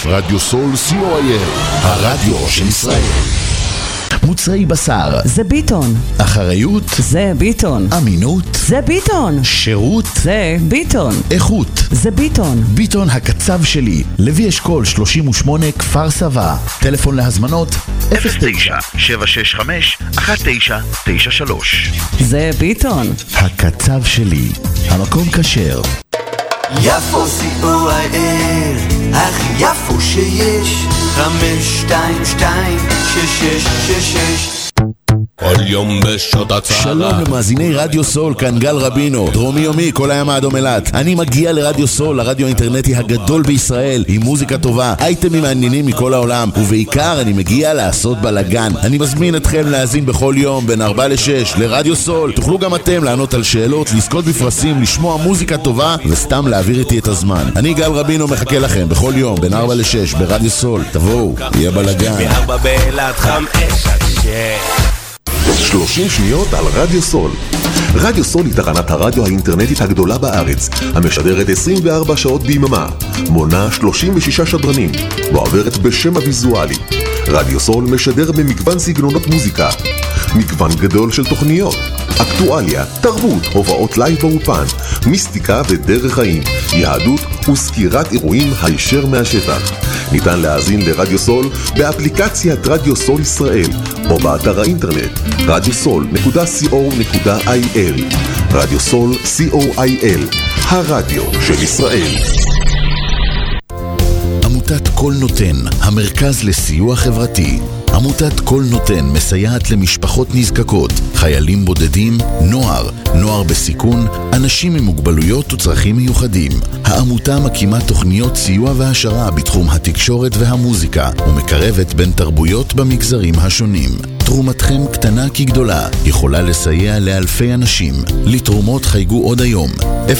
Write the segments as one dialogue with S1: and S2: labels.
S1: רדיו סול co.il, הרדיו של ישראל. מוצרי בשר
S2: זה ביטון,
S1: אחריות
S2: זה ביטון,
S1: אמינות
S2: זה ביטון,
S1: שירות
S2: זה ביטון,
S1: איכות
S2: זה ביטון.
S1: ביטון הקצב שלי, לוי אשכול 38 כפר סבא. טלפון להזמנות 09-765-1993.
S2: זה ביטון,
S1: הקצב שלי, המקום כשר.
S3: יפו co.il, הכי יפו שיש, 522-6666.
S4: כל יום בשעות הצהרה.
S1: שלום למאזיני רדיו סול, כאן גל רבינו, דרומי יומי, כל הים האדום אילת. אני מגיע לרדיו סול, הרדיו האינטרנטי הגדול בישראל, עם מוזיקה טובה, אייטמים מעניינים מכל העולם, ובעיקר אני מגיע לעשות בלגן. אני מזמין אתכם להאזין בכל יום בין 4 ל-6 לרדיו סול. תוכלו גם אתם לענות על שאלות, לזכות בפרסים, לשמוע מוזיקה טובה וסתם להעביר איתי את הזמן. אני גל רבינו מחכה לכם בכל יום בין 4 ל-6 ברדיו סול. תבואו, יהיה בלגן.
S4: ב4 באילת 5-6.
S5: 30 שניות על רדיו סול. רדיו סול היא תחנת הרדיו האינטרנטית הגדולה בארץ, המשדרת 24 שעות ביממה, מונה 36 שדרנים, ועוברת בשם הוויזואלי. רדיו סול משדר במגוון סגנונות מוזיקה, מגוון גדול של תוכניות, אקטואליה, תרבות, הופעות לייב באופן, מיסטיקה ודרך חיים, יהדות וסקירת אירועים הישר מהשטח. ניתן להאזין לרדיו סול באפליקציית רדיו סול ישראל או באתר האינטרנט radiosol.co.il. רדיו סול co.il, הרדיו של ישראל.
S1: עמותת כל נותן, המרכז לסיוע חברתי. עמותת כל נותן מסייעת למשפחות נזקקות, חיילים בודדים, נוער בסיכון, אנשים עם מוגבלויות וצרכים מיוחדים. העמותה מקימה תוכניות סיוע והשרה בתחום התקשורת והמוזיקה, ומקרבת בין תרבויות במגזרים השונים. תרומתכם קטנה כגדולה, יכולה לסייע לאלפי אנשים. לתרומות חייגו עוד היום,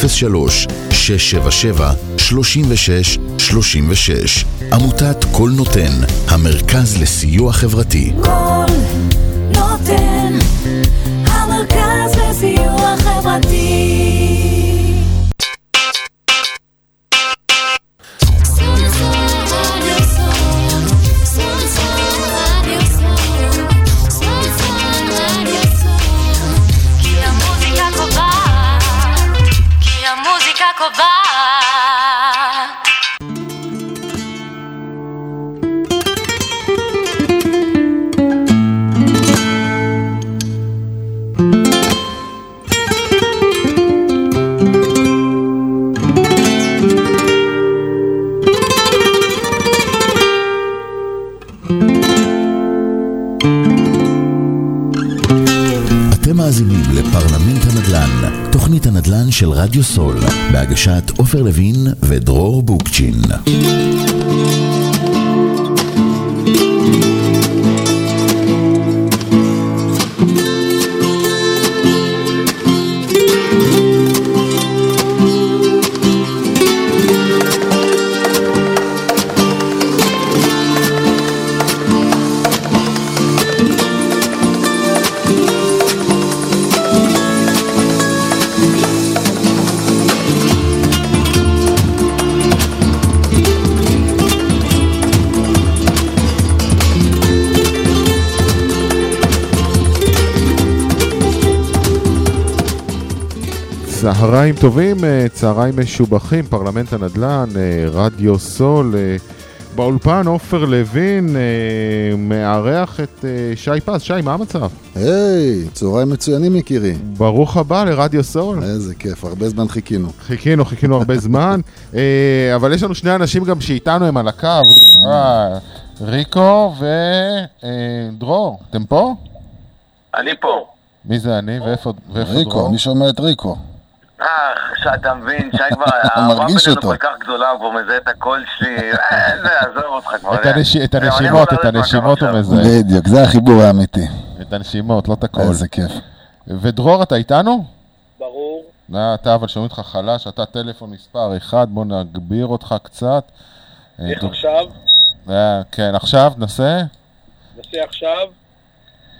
S1: 03-677-3636. עמותת כל נותן, המרכז לסיוע חברתי.
S6: כל נותן, המרכז לסיוע חברתי.
S1: מאזינים לפרלמנט הנדל"ן, תוכנית הנדל"ן של רדיו סול, בהגשת עופר לוין ודרור בוקצ'ין.
S7: צהריים טובים, צהריים משובחים, פרלמנט הנדל"ן, רדיו סול, באולפן עופר לוין, מארח את שי פז. שי, מה המצב?
S8: היי, צהריים מצוינים יקירי.
S7: ברוך הבא לרדיו סול.
S8: איזה כיף, הרבה זמן חיכינו.
S7: חיכינו הרבה זמן, אבל יש לנו שני אנשים גם שאיתנו הם על הקו, ריקו ודרור, אתם פה?
S9: אני פה.
S7: מי זה אני ואיפה
S8: ריקו,
S7: דרור?
S8: אני שומע את ריקו.
S9: שאתה מבין, שי כבר,
S8: מרגיש אותו.
S9: כל כך גדולה, הוא כבר מזהה את הקול שלי, זה עזוב אותך כבר.
S7: את הנשימות הוא מזהה.
S8: בדיוק, זה החיבור האמיתי.
S7: את הנשימות, לא את הקול.
S8: איזה כיף.
S7: ודרור, אתה איתנו?
S9: ברור.
S7: אתה אבל שומעים אותך חלש, אתה טלפון מספר 1, בוא נגביר אותך קצת.
S9: איך עכשיו?
S7: כן, עכשיו נעשה
S9: עכשיו.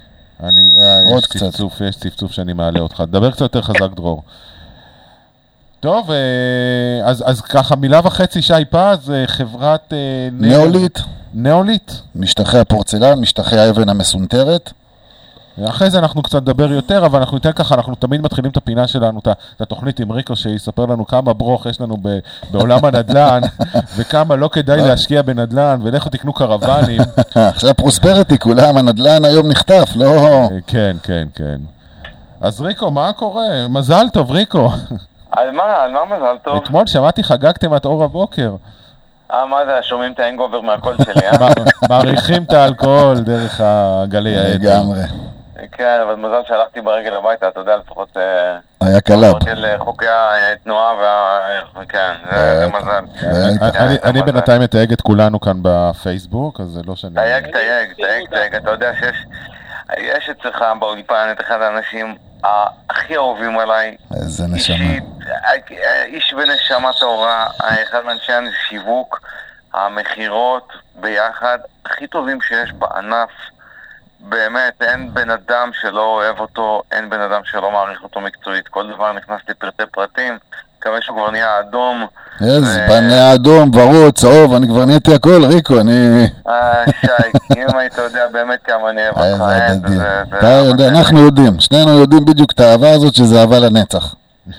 S7: עוד קצת. יש צפצוף שאני מעלה אותך. דבר קצת יותר חזק, דרור. טוב, אז ככה מילה וחצי שי פז, חברת
S8: נאוליט.
S7: נאוליט.
S8: משטחי הפורצלן, משטחי האבן המסונטרת.
S7: אחרי זה אנחנו קצת נדבר יותר, אבל אנחנו ניתן ככה, אנחנו תמיד מתחילים את הפינה שלנו, את התוכנית עם ריקו, שיספר לנו כמה ברוך יש לנו בעולם הנדל"ן, וכמה לא כדאי להשקיע בנדל"ן, ולכו תקנו קרוונים.
S8: עכשיו פרוספריטי, כולם, הנדל"ן היום נחטף, לא...
S7: כן, כן, כן. אז ריקו, מה קורה? מזל טוב, ריקו.
S9: על מה מזל טוב?
S7: אתמול שמעתי חגגתם את אור הבוקר.
S9: מה זה, שומעים את האנגובר מהקול שלי,
S7: מעריכים את האלכוהול דרך הגלי האתר.
S8: לגמרי.
S9: כן, אבל מזל שהלכתי ברגל הביתה, אתה יודע, לפחות...
S8: היה קלאב.
S9: חוקי התנועה כן, זה מזל.
S7: אני בינתיים מתייג את כולנו כאן בפייסבוק, אז זה לא שאני...
S9: תייג, אתה יודע יש אצלך באולפן את אחד האנשים הכי אהובים עליי.
S8: איזה נשמה.
S9: איש ונשמה טהורה, אחד מאנשי השיווק, המחירות ביחד, הכי טובים שיש בענף. באמת, אין בן אדם שלא אוהב אותו, אין בן אדם שלא מעריך אותו מקצועית. כל דבר נכנס לפרטי פרטים, מקווה שהוא כבר נהיה אדום.
S8: איזה, נהיה אדום, ורוד, צהוב, אני כבר נהייתי הכל, ריקו, אני...
S9: שי, אם היית יודע באמת כמה אני אוהב אותך,
S8: אתה יודע, אנחנו יודעים, שנינו יודעים בדיוק את האהבה הזאת, שזה אהבה לנצח.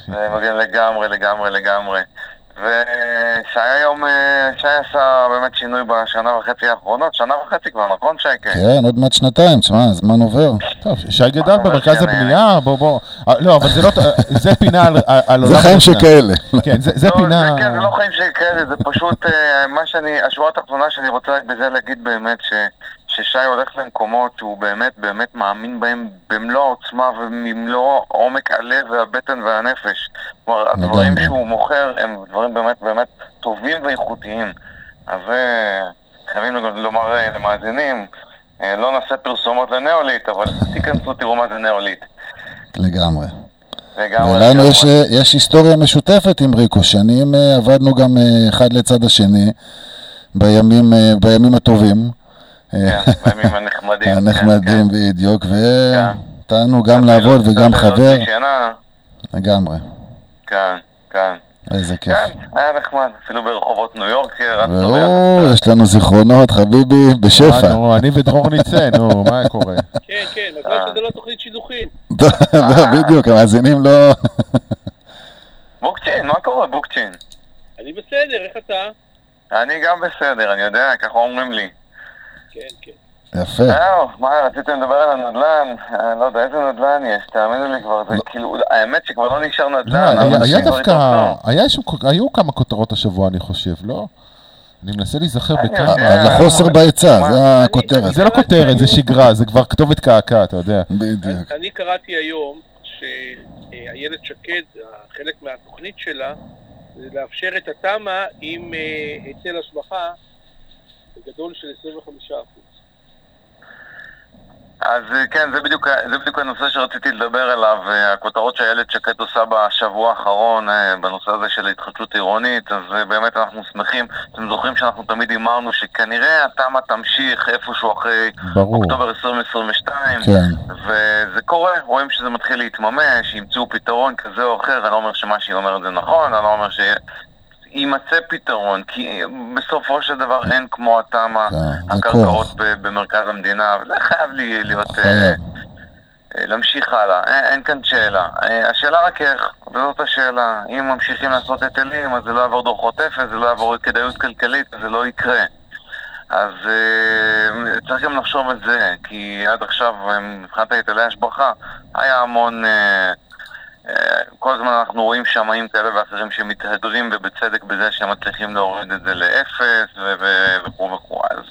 S9: לגמרי. ושי היום, שי עשה באמת שינוי בשנה וחצי האחרונות, שנה וחצי כבר, נכון שי?
S8: כן, עוד מעט שנתיים, תשמע, הזמן עובר.
S7: טוב, שי גדל במרכז הבנייה, בוא. לא, אבל זה לא, זה פינה על עולם...
S8: זה חיים שכאלה.
S7: כן, זה פינה...
S9: כן, זה לא חיים שכאלה, זה פשוט מה שאני, השורה התחתונה שאני רוצה רק בזה להגיד באמת ששי הולך למקומות שהוא באמת מאמין בהם במלוא העוצמה ובמלוא עומק הלב והבטן והנפש. כלומר, הדברים שהוא מוכר הם דברים באמת טובים ואיכותיים. אז חייבים לומר למאזינים, לא נעשה פרסומות לנאוליט, אבל תיכנסו, תראו מה זה נאוליט.
S8: לגמרי. ולנו יש היסטוריה משותפת עם ריקו, שנים עבדנו גם אחד לצד השני בימים הטובים.
S9: בימים הנחמדים.
S8: הנחמדים בדיוק, ונתנו גם לעבוד וגם חבר. לגמרי.
S9: כן.
S8: איזה כיף.
S9: כן, היה נחמד, אפילו ברחובות ניו יורק.
S8: יש לנו זיכרונות, חביבי, בשפע.
S7: אני ודרור ניצן, מה קורה?
S10: כן, מזל שזה לא תוכנית שידוכים.
S8: בדיוק, המאזינים לא...
S9: בוקצ'ין, מה קורה בוקצ'ין?
S10: אני בסדר, איך אתה?
S9: אני גם בסדר, אני יודע, ככה אומרים לי.
S10: כן.
S8: יפה.
S9: מה, רציתם לדבר על הנדל"ן? אני לא יודע איזה נדל"ן יש, תאמינו לי כבר, זה כאילו, האמת שכבר לא נשאר נדל"ן.
S7: היה דווקא, היו כמה כותרות השבוע אני חושב, לא? אני מנסה להיזכר בכמה.
S8: על החוסר בהיצע, זה הכותרת.
S7: זה לא כותרת, זה שגרה, זה כבר כתובת קעקע, אתה יודע.
S8: בדיוק.
S10: אני קראתי היום שאיילת שקד, חלק מהתוכנית שלה, זה לאפשר את התמה עם היטל השבחה בגדול של 25%.
S9: אז כן, זה בדיוק הנושא שרציתי לדבר עליו, הכותרות שאיילת שקד עושה בשבוע האחרון בנושא הזה של התחדשות עירונית, אז באמת אנחנו שמחים. אתם זוכרים שאנחנו תמיד אמרנו שכנראה התמה תמשיך איפשהו אחרי אוקטובר 2022,
S8: כן.
S9: וזה קורה, רואים שזה מתחיל להתממש, ימצאו פתרון כזה או אחר. אני לא אומר שמה שהיא אומרת זה נכון, אני לא אומר יימצא פתרון, כי בסופו של דבר אין כמו התמה, הקרקעות במרכז המדינה, וזה חייב להיות, להמשיך הלאה, אין כאן שאלה. השאלה רק איך, וזאת השאלה, אם ממשיכים לעשות היטלים, אז זה לא יעבור דוחות אפס, זה לא יעבור כדאיות כלכלית, זה לא יקרה. אז צריך גם לחשוב על זה, כי עד עכשיו, מבחינת היטלי השבחה, היה המון... כל הזמן אנחנו רואים שמאים כאלה ואחרים שמתהדרים ובצדק בזה שהם מצליחים להוריד את זה לאפס וכו'. אז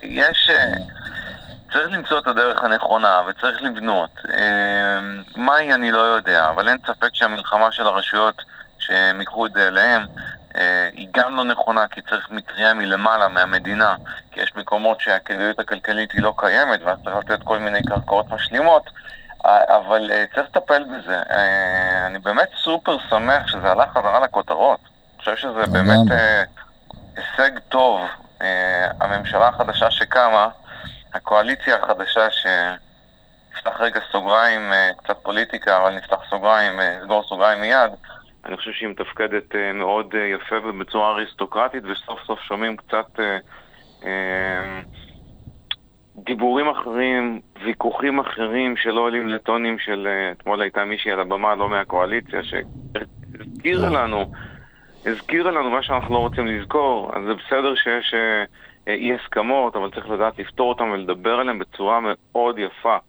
S9: צריך למצוא את הדרך הנכונה וצריך לבנות. מהי אני לא יודע, אבל אין ספק שהמלחמה של הרשויות שהם יקחו את זה אליהם היא גם לא נכונה, כי צריך מקריאה מלמעלה, מהמדינה, כי יש מקומות שהכדאיות הכלכלית היא לא קיימת ואז צריך לתת כל מיני קרקעות משלימות, אבל צריך לטפל בזה. אני באמת סופר שמח שזה הלך חזרה לכותרות. אני חושב שזה באמת הישג טוב. הממשלה החדשה שקמה, הקואליציה החדשה נפתח רגע סוגריים, קצת פוליטיקה, אבל נפתח סוגריים, סגור סוגריים מיד, אני חושב שהיא מתפקדת מאוד יפה ובצורה אריסטוקרטית, וסוף סוף שומעים קצת דיבורים אחרים, ויכוחים אחרים שלא עולים לטונים של... אתמול הייתה מישהי על הבמה, לא מהקואליציה, הזכירה לנו מה שאנחנו לא רוצים לזכור. אז זה בסדר שיש אי הסכמות, אבל צריך לדעת לפתור אותם ולדבר עליהם בצורה מאוד יפה.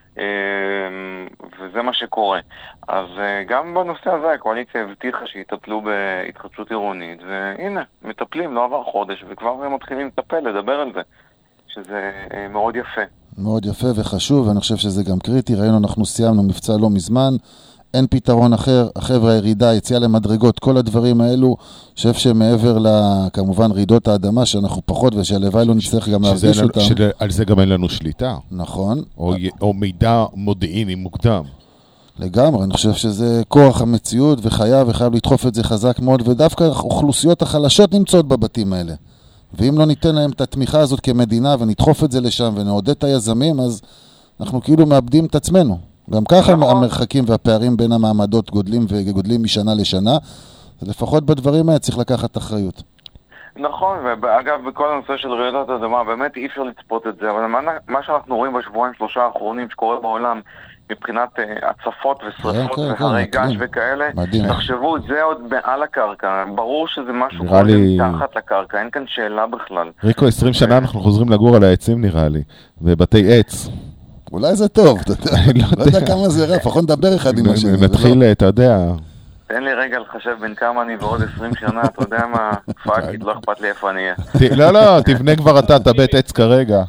S9: וזה מה שקורה. אז גם בנושא הזה הקואליציה הבטיחה שיטפלו בהתחדשות עירונית, והנה, מטפלים, לא עבר חודש, וכבר מתחילים לטפל, לדבר על זה, שזה מאוד יפה.
S8: מאוד יפה וחשוב, ואני חושב שזה גם קריטי. ראינו, אנחנו סיימנו מבצע לא מזמן, אין פתרון אחר, החבר'ה הירידה, יציאה למדרגות, כל הדברים האלו, חושב שמעבר כמובן רעידות האדמה, שאנחנו פחות ושהלוואי לא נצטרך גם להרגיש אותם.
S7: על זה גם אין לנו שליטה.
S8: נכון.
S7: או מידע מודיעיני מוקדם.
S8: לגמרי, אני חושב שזה כוח המציאות וחייב לדחוף את זה חזק מאוד, ודווקא האוכלוסיות החלשות נמצאות בבתים האלה. ואם לא ניתן להם את התמיכה הזאת כמדינה ונדחוף את זה לשם ונעודד את היזמים, אז אנחנו כאילו מאבדים את עצמנו. גם ככה המרחקים והפערים בין המעמדות גודלים משנה לשנה, אז לפחות בדברים האלה צריך לקחת אחריות.
S9: נכון, ואגב בכל הנושא של רעידות אדמה, באמת אי אפשר לצפות את זה, אבל מה שאנחנו רואים בשבועיים 3 האחרונים שקורה בעולם, מבחינת הצפות ושריפות והרי געש וכאלה, תחשבו, זה עוד מעל הקרקע, ברור שזה משהו מתחת לקרקע, אין כאן שאלה בכלל.
S7: ריקו, 20 שנה אנחנו חוזרים לגור על העצים נראה לי, ובתי עץ.
S8: אולי זה טוב, לא יודע כמה זה רע, לפחות נדבר אחד עם השני.
S7: נתחיל, אתה יודע.
S9: תן לי רגע לחשב בין כמה אני ועוד 20 שנה, אתה יודע מה, פאקית, לא אכפת לי איפה אני אהיה.
S7: לא, תבנה כבר אתה בית עץ כרגע.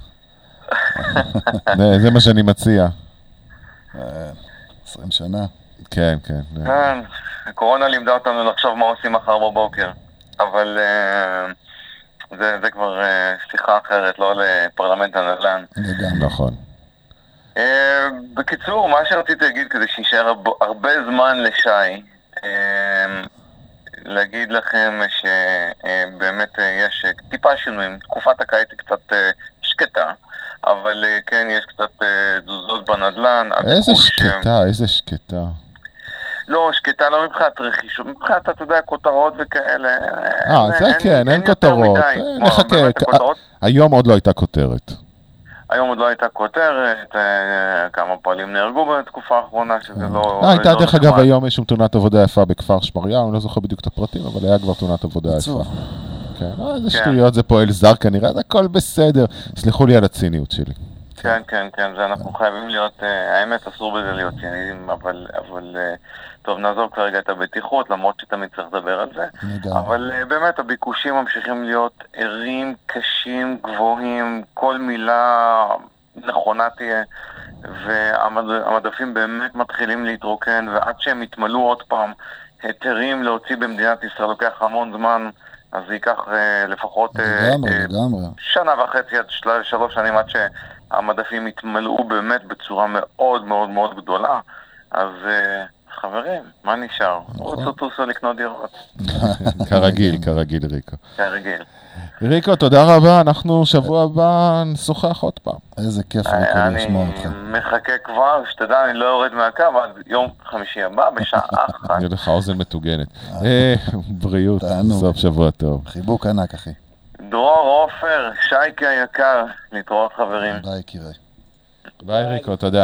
S7: זה מה שאני מציע.
S8: 20 שנה.
S7: כן.
S9: הקורונה לימדה אותנו לחשוב מה עושים מחר בבוקר, אבל זה כבר שיחה אחרת, לא לפרלמנט הנדל"ן.
S7: נכון.
S9: בקיצור, מה שרציתי להגיד כדי שישאר הרבה זמן לשי, להגיד לכם שבאמת יש טיפה שינויים, תקופת הקיץ היא קצת שקטה, אבל כן יש קצת תזוזות בנדל"ן.
S7: איזה שקטה.
S9: לא, שקטה לא מבחינת רכישות, מבחינת, אתה יודע, כותרות וכאלה.
S7: זה כן, אין כותרות. היום עוד לא הייתה כותרת.
S9: היום עוד לא הייתה כותרת, כמה פועלים נהרגו בתקופה האחרונה, שזה לא...
S7: הייתה דרך אגב, היום יש שם תאונת עבודה יפה בכפר שמריהו, אני לא זוכר בדיוק את הפרטים, אבל היה כבר תאונת עבודה יפה. כן, זה שטויות, זה פועל זר כנראה, זה הכל בסדר. סליחו לי על הציניות שלי.
S9: כן, זה אנחנו חייבים להיות, האמת אסור בזה להיות ציניים, אבל טוב, נעזוב כרגע את הבטיחות, למרות שתמיד צריך לדבר על זה. אבל באמת הביקושים ממשיכים להיות ערים, קשים, גבוהים, כל מילה נכונה תהיה, והמדפים באמת מתחילים להתרוקן, ועד שהם יתמלאו עוד פעם היתרים להוציא במדינת ישראל לוקח המון זמן, אז זה ייקח לפחות שנה וחצי עד 3 שנים עד שהמדפים יתמלאו באמת בצורה מאוד מאוד מאוד גדולה. אז חברים, מה נשאר? רוצו טוסו לקנות דירות.
S7: כרגיל ריקו.
S9: כרגיל.
S7: ריקו, תודה רבה, אנחנו שבוע הבא נשוחח עוד פעם.
S8: איזה כיף ריקו לשמוע אותך.
S9: אני מחכה כבר, שתדע, אני לא יורד מהקו עד יום חמישי הבא בשעה 1.
S7: אני יודע לך, אוזן מטוגנת. בריאות, סוף שבוע טוב.
S8: חיבוק ענק, אחי.
S9: דרור, עופר, שייקה היקר, להתראות חברים.
S8: ביי, קירי.
S7: ביי ריקו, תודה.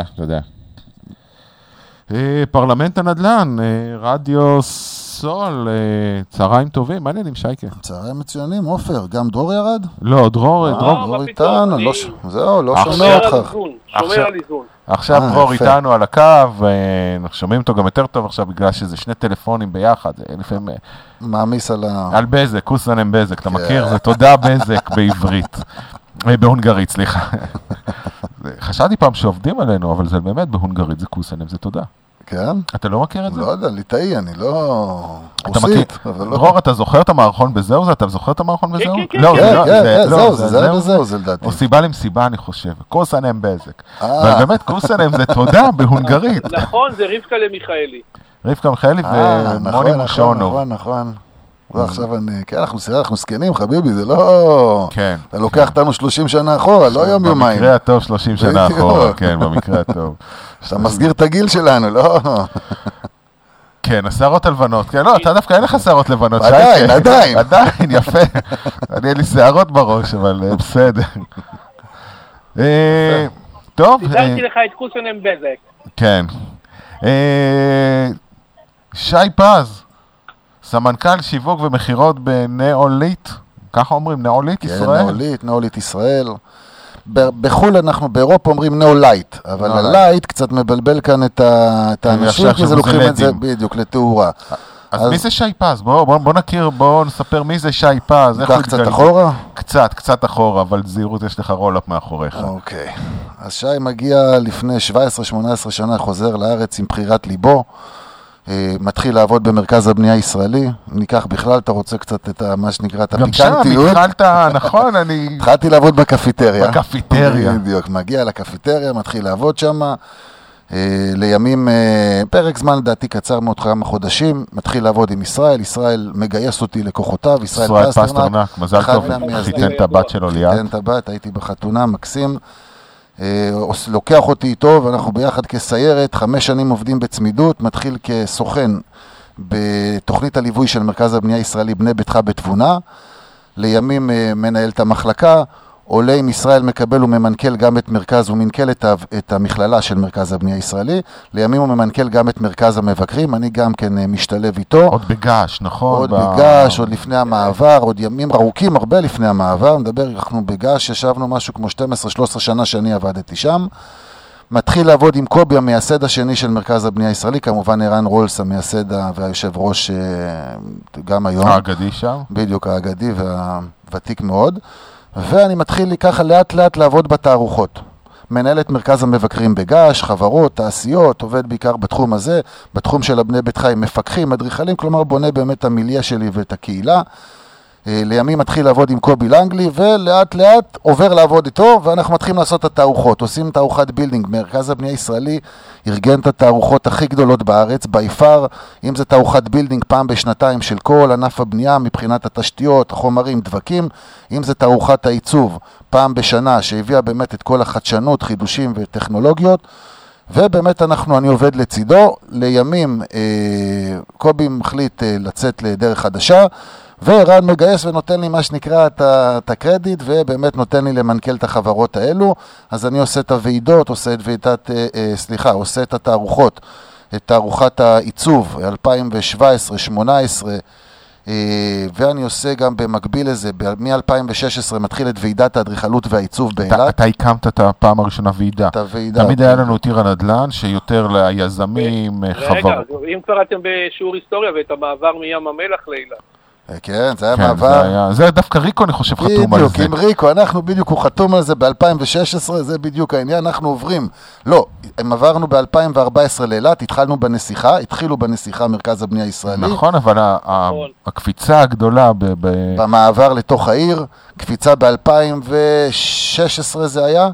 S7: פרלמנט הנדל"ן, רדיו סול, צהריים טובים, מה העניינים שייקה?
S8: צהריים מצוינים, עופר, גם דרור ירד?
S7: לא, דרור
S8: איתנו, זהו, לא שומע אותך.
S10: שומע על איזון.
S7: עכשיו דרור איתנו על הקו, אנחנו שומעים אותו גם יותר טוב עכשיו, בגלל שזה 2 טלפונים ביחד, לפעמים...
S8: מעמיס
S7: על בזק, קוסנם בזק, אתה מכיר? זה תודה בזק בעברית, בהונגרית, סליחה. חשבתי פעם שעובדים עלינו, אבל זה באמת בהונגרית, זה קוסנם, זה תודה.
S8: כן?
S7: אתה לא מכיר את זה?
S8: לא יודע, ליטאי, אני לא...
S7: רוסית. דרור, אתה זוכר את המערכון בזהו? אתה זוכר את המערכון בזהו?
S8: כן, זה בזהו, זה לדעתי.
S7: או סיבה למסיבה, אני חושב. קוסנם בזק. אבל באמת, קוסנם זה תודה בהונגרית.
S10: נכון, זה רבקה למיכאלי.
S7: רבקה מיכאלי ומוני מושונוב.
S8: נכון. ועכשיו כן, אנחנו סקנים, חביבי, זה לא...
S7: כן.
S8: אתה לוקח אותנו 30 שנה אחורה, לא יום-יומיים.
S7: במקרה הטוב 30 שנה אחורה, כן, במקרה הטוב.
S8: אתה מסגיר את הגיל שלנו, לא?
S7: כן, השערות הלבנות. כן, לא, אתה דווקא אין לך שערות לבנות.
S8: עדיין, עדיין.
S7: עדיין, יפה. אני אין לי שערות בראש, אבל בסדר. טוב.
S10: סידרתי לך את קוסונם בזק.
S7: כן. שי פז, סמנכ"ל שיווק ומחירות בנאוליט, ככה אומרים, נאוליט ישראל?
S8: כן, נאוליט ישראל. בחול אנחנו, באירופה אומרים נאולייט, אבל הלייט קצת מבלבל כאן את האנשים, כי זה לוקחים את זה בדיוק לתאורה.
S7: אז מי זה שי פז? בוא נכיר, בוא נספר מי זה שי פז.
S8: ניקח קצת אחורה?
S7: קצת אחורה, אבל זהירות יש לך רולאפ מאחוריך.
S8: אוקיי. אז שי מגיע לפני 17-18 שנה, חוזר לארץ עם בחירת ליבו, מתחיל לעבוד במרכז הבנייה הישראלי. ניקח בכלל, אתה רוצה קצת את מה שנקרא, את הפיקנטיות.
S7: גם שם, התחלת, נכון, אני...
S8: התחלתי לעבוד בקפיטריה.
S7: בקפיטריה.
S8: בדיוק, מגיע לקפיטריה, מתחיל לעבוד שם. לימים, פרק זמן דעתי קצר מאוד, כמה חודשים, מתחיל לעבוד עם ישראל. ישראל מגייס אותי לקוחותיו, ישראל פסטרנק.
S7: מזל טוב, חיתן את הבת שלו ליד.
S8: חיתן את הבת, הייתי בחתונה, מקסים. לוקח אותי איתו, ואנחנו ביחד כסיירת, 5 שנים עובדים בצמידות, מתחיל כסוכן בתוכנית הליווי של מרכז הבנייה הישראלי, בני ביתך בתבונה, לימים מנהל את המחלקה, עולה עם ישראל, מקבל וממנכ"ל גם את מרכז, הוא מנכ"ל את המכללה של מרכז הבנייה הישראלי, לימים הוא ממנכ"ל גם את מרכז המבקרים, אני גם כן משתלב איתו.
S7: עוד בגש, נכון?
S8: עוד בגש, עוד לפני המעבר, עוד ימים ארוכים, הרבה לפני המעבר, נדבר, אנחנו בגש, ישבנו משהו כמו 12-13 שנה שאני עבדתי שם, מתחיל לעבוד עם קובי, המייסד השני של מרכז הבנייה הישראלי, כמובן ערן רולס, המייסד והיושב ראש גם היום.
S7: האגדי שם?
S8: בדיוק, האגדי והוותיק מאוד. ואני מתחיל לי ככה לאט לאט לעבוד בתערוכות. מנהל את מרכז המבקרים בגש, חברות, תעשיות, עובד בעיקר בתחום הזה, בתחום של הבני בית חי, מפקחים, אדריכלים, כלומר בונה באמת המיליה שלי ואת הקהילה. לימים מתחיל לעבוד עם קובי לנגלי, ולאט לאט עובר לעבוד איתו, ואנחנו מתחילים לעשות את התערוכות. עושים תערוכת בילדינג. מרכז הבנייה הישראלי ארגן את התערוכות הכי גדולות בארץ, ביפר, אם זה תערוכת בילדינג פעם בשנתיים של כל ענף הבנייה, מבחינת התשתיות, החומרים, דבקים, אם זה תערוכת העיצוב פעם בשנה, שהביאה באמת את כל החדשנות, חידושים וטכנולוגיות, ובאמת אני עובד לצידו. לימים קובי מחליט לצאת לדרך חדשה, ורן מגייס ונותן לי מה שנקרא את הקרדיט, ובאמת נותן לי למנכ"ל את החברות האלו. אז אני עושה את הוועידות, עושה את התערוכות, את תערוכת העיצוב 2017-2018, ואני עושה גם במקביל לזה, מ-2016 מתחיל את ועידת האדריכלות והעיצוב באילת.
S7: אתה הקמת את הפעם הראשונה ועידה. תמיד היה לנו עיר הנדל"ן, שיותר ליזמים, חברות.
S10: רגע, אם כבר אתם בשיעור היסטוריה ואת המעבר מים המלח לאילת.
S8: כן, זה היה מעבר.
S7: זה דווקא ריקו, אני חושב, חתום על זה.
S8: בדיוק, עם ריקו, אנחנו בדיוק, הוא חתום על זה ב-2016, זה בדיוק העניין, אנחנו עוברים. לא, הם עברנו ב-2014 לאילת, התחילו בנסיכה מרכז הבנייה הישראלי.
S7: נכון, אבל הקפיצה הגדולה
S8: במעבר לתוך העיר, קפיצה ב-2016 זה היה?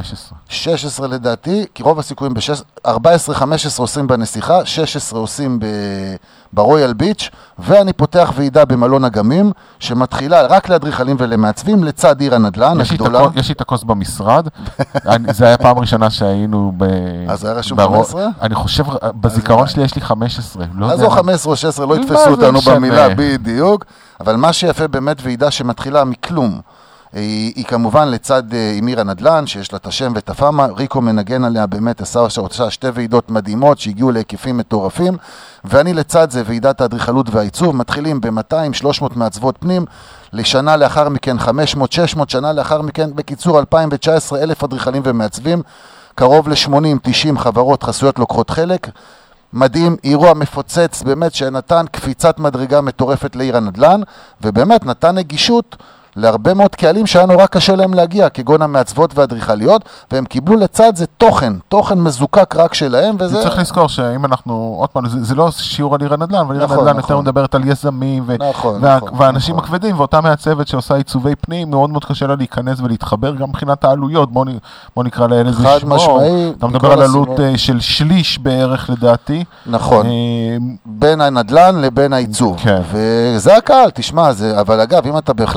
S8: 16 לדעתי, כי רוב הסיכויים ב-14-15 עושים בנסיכה, 16 עושים ברויאל ביץ', ואני פותח ועידה במלון אגמים, שמתחילה רק לאדריכלים ולמעצבים, לצד עיר הנדל"ן הגדולה.
S7: יש לי את הכוס במשרד, זה היה פעם ראשונה שהיינו
S8: אז זה היה רשום 15?
S7: אני חושב, בזיכרון שלי יש לי 15.
S8: אז או 15 או 16, לא יתפסו אותנו במילה בדיוק, אבל מה שיפה באמת ועידה שמתחילה מכלום, היא כמובן לצד עם עיר הנדל"ן, שיש לה את השם ואת הפאמה, ריקו מנגן עליה באמת, עשה 2 ועידות מדהימות שהגיעו להיקפים מטורפים, ואני לצד זה ועידת האדריכלות והעיצוב, מתחילים ב-200-300 מעצבות פנים, לשנה לאחר מכן 500-600, שנה לאחר מכן, בקיצור 2019, 1,000 אדריכלים ומעצבים, קרוב ל-80-90 חברות חסויות לוקחות חלק, מדהים, אירוע מפוצץ באמת שנתן קפיצת מדרגה מטורפת לעיר הנדל"ן, ובאמת נתן נגישות להרבה מאוד קהלים שהיה נורא קשה להם להגיע, כגון המעצבות והאדריכליות, והם קיבלו לצד זה תוכן מזוקק רק שלהם, וזה...
S7: צריך לזכור שאם אנחנו, עוד פעם, זה לא שיעור על עיר הנדל"ן, אבל עיר הנדל"ן יותר מדברת על יזמים, והאנשים הכבדים, ואותה מעצבת שעושה עיצובי פנים, מאוד מאוד קשה לה להיכנס ולהתחבר גם מבחינת העלויות, בוא נקרא לאלה זה שמור. אתה מדבר על עלות של שליש בערך לדעתי.
S8: נכון, בין הנדל"ן לבין העיצוב. וזה הקהל, תשמע, אבל אגב, אם אתה בכלל מנתח,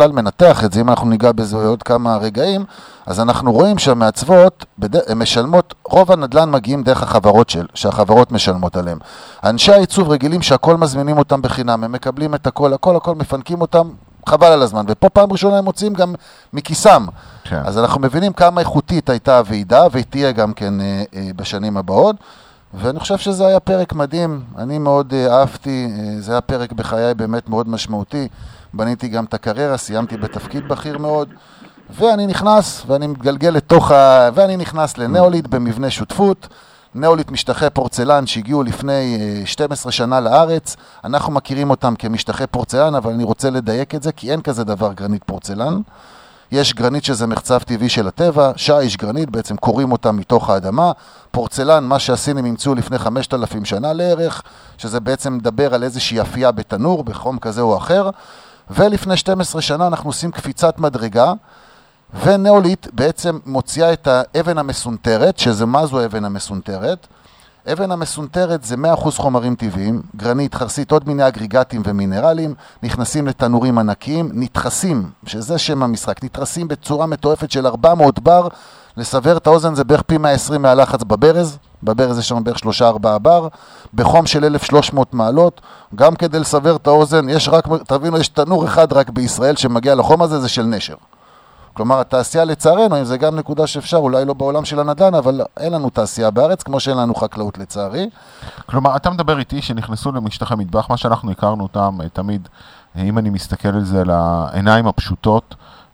S8: לנתח את זה, אם אנחנו ניגע בזה עוד כמה רגעים, אז אנחנו רואים שהמעצבות, הן משלמות, רוב הנדל"ן מגיעים דרך החברות שהחברות משלמות עליהם. אנשי העיצוב רגילים שהכל מזמינים אותם בחינם, הם מקבלים את הכל מפנקים אותם, חבל על הזמן, ופה פעם ראשונה הם מוצאים גם מכיסם. כן. אז אנחנו מבינים כמה איכותית הייתה הוועידה, והיא תהיה גם כן בשנים הבאות, ואני חושב שזה היה פרק מדהים, אני מאוד אהבתי, זה היה פרק בחיי באמת מאוד משמעותי, בניתי גם את הקריירה, סיימתי בתפקיד בכיר מאוד, ואני נכנס, ואני מתגלגל ואני נכנס לנאוליט במבנה שותפות, נאוליט משטחי פורצלן שהגיעו לפני 12 שנה לארץ, אנחנו מכירים אותם כמשטחי פורצלן, אבל אני רוצה לדייק את זה, כי אין כזה דבר גרנית פורצלן, יש גרנית שזה מחצב טבעי של הטבע, שיש גרנית, בעצם קוראים אותם מתוך האדמה, פורצלן, מה שהסינים ימצאו לפני 5,000 שנה לערך, שזה בעצם מדבר על איזושהי אפייה בתנור, בחום כזה או אחר, ולפני 12 שנה אנחנו עושים קפיצת מדרגה, ונאוליט בעצם מוציאה את האבן המסונטרת, שזה מה זו האבן המסונטרת? אבן המסונטרת זה 100% חומרים טבעיים, גרנית, חרסית, עוד מיני אגריגטים ומינרלים, נכנסים לתנורים ענקיים, נתחסים, שזה שם המשחק, נתרסים בצורה מטורפת של 400 בר, לסבר את האוזן זה בערך פי 120 מהלחץ בברז, בברז יש שם בערך 3-4 בר, בחום של 1300 מעלות, גם כדי לסבר את האוזן, יש רק, תבינו, יש תנור אחד רק בישראל שמגיע לחום הזה, זה של נשר. כלומר, התעשייה לצערנו, זה גם נקודה שאפשר, אולי לא בעולם של הנדל"ן, אבל אין לנו תעשייה בארץ, כמו שאין לנו חקלאות לצערי.
S7: כלומר, אתה מדבר איתי שנכנסו למשטח המטבח, מה שאנחנו הכרנו אותם, תמיד, אם אני מסתכל על זה, על העיניים הפשוטות,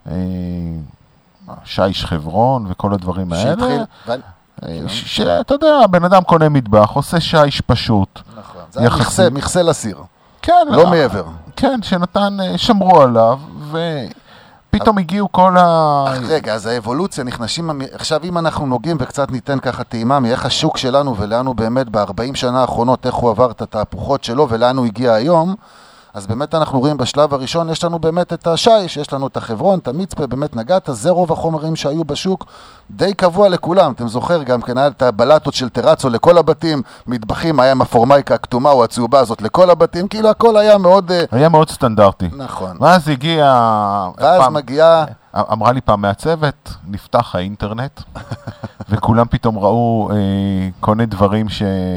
S7: שיש חברון וכל הדברים האלה, שאתה יודע, בן אדם קונה מטבח, עושה שיש פשוט.
S8: נכון, זה היה מכסה לסיר.
S7: כן.
S8: לא מעבר.
S7: כן, שנתן, שמרו עליו, פתאום הגיעו כל
S8: רגע, אז האבולוציה נכנסים, עכשיו אם אנחנו נוגעים וקצת ניתן ככה טעימה מאיך השוק שלנו ולאן הוא באמת ב-40 שנה האחרונות, איך הוא עבר את התהפוכות שלו ולאן הוא הגיע היום, אז באמת אנחנו רואים בשלב הראשון, יש לנו באמת את השיש, יש לנו את החברון, את המצפה, באמת נגעת, זה רוב החומרים שהיו בשוק, די קבוע לכולם, אתם זוכר גם כן, היה את הבלטות של טרצו לכל הבתים, מטבחים, היה עם הפורמייקה הכתומה או הצהובה הזאת לכל הבתים, כאילו הכל היה מאוד...
S7: היה מאוד סטנדרטי.
S8: נכון.
S7: ואז הגיע...
S8: ואז מגיעה...
S7: אמרה לי פעם מהצוות, נפתח האינטרנט, וכולם פתאום ראו כל מיני דברים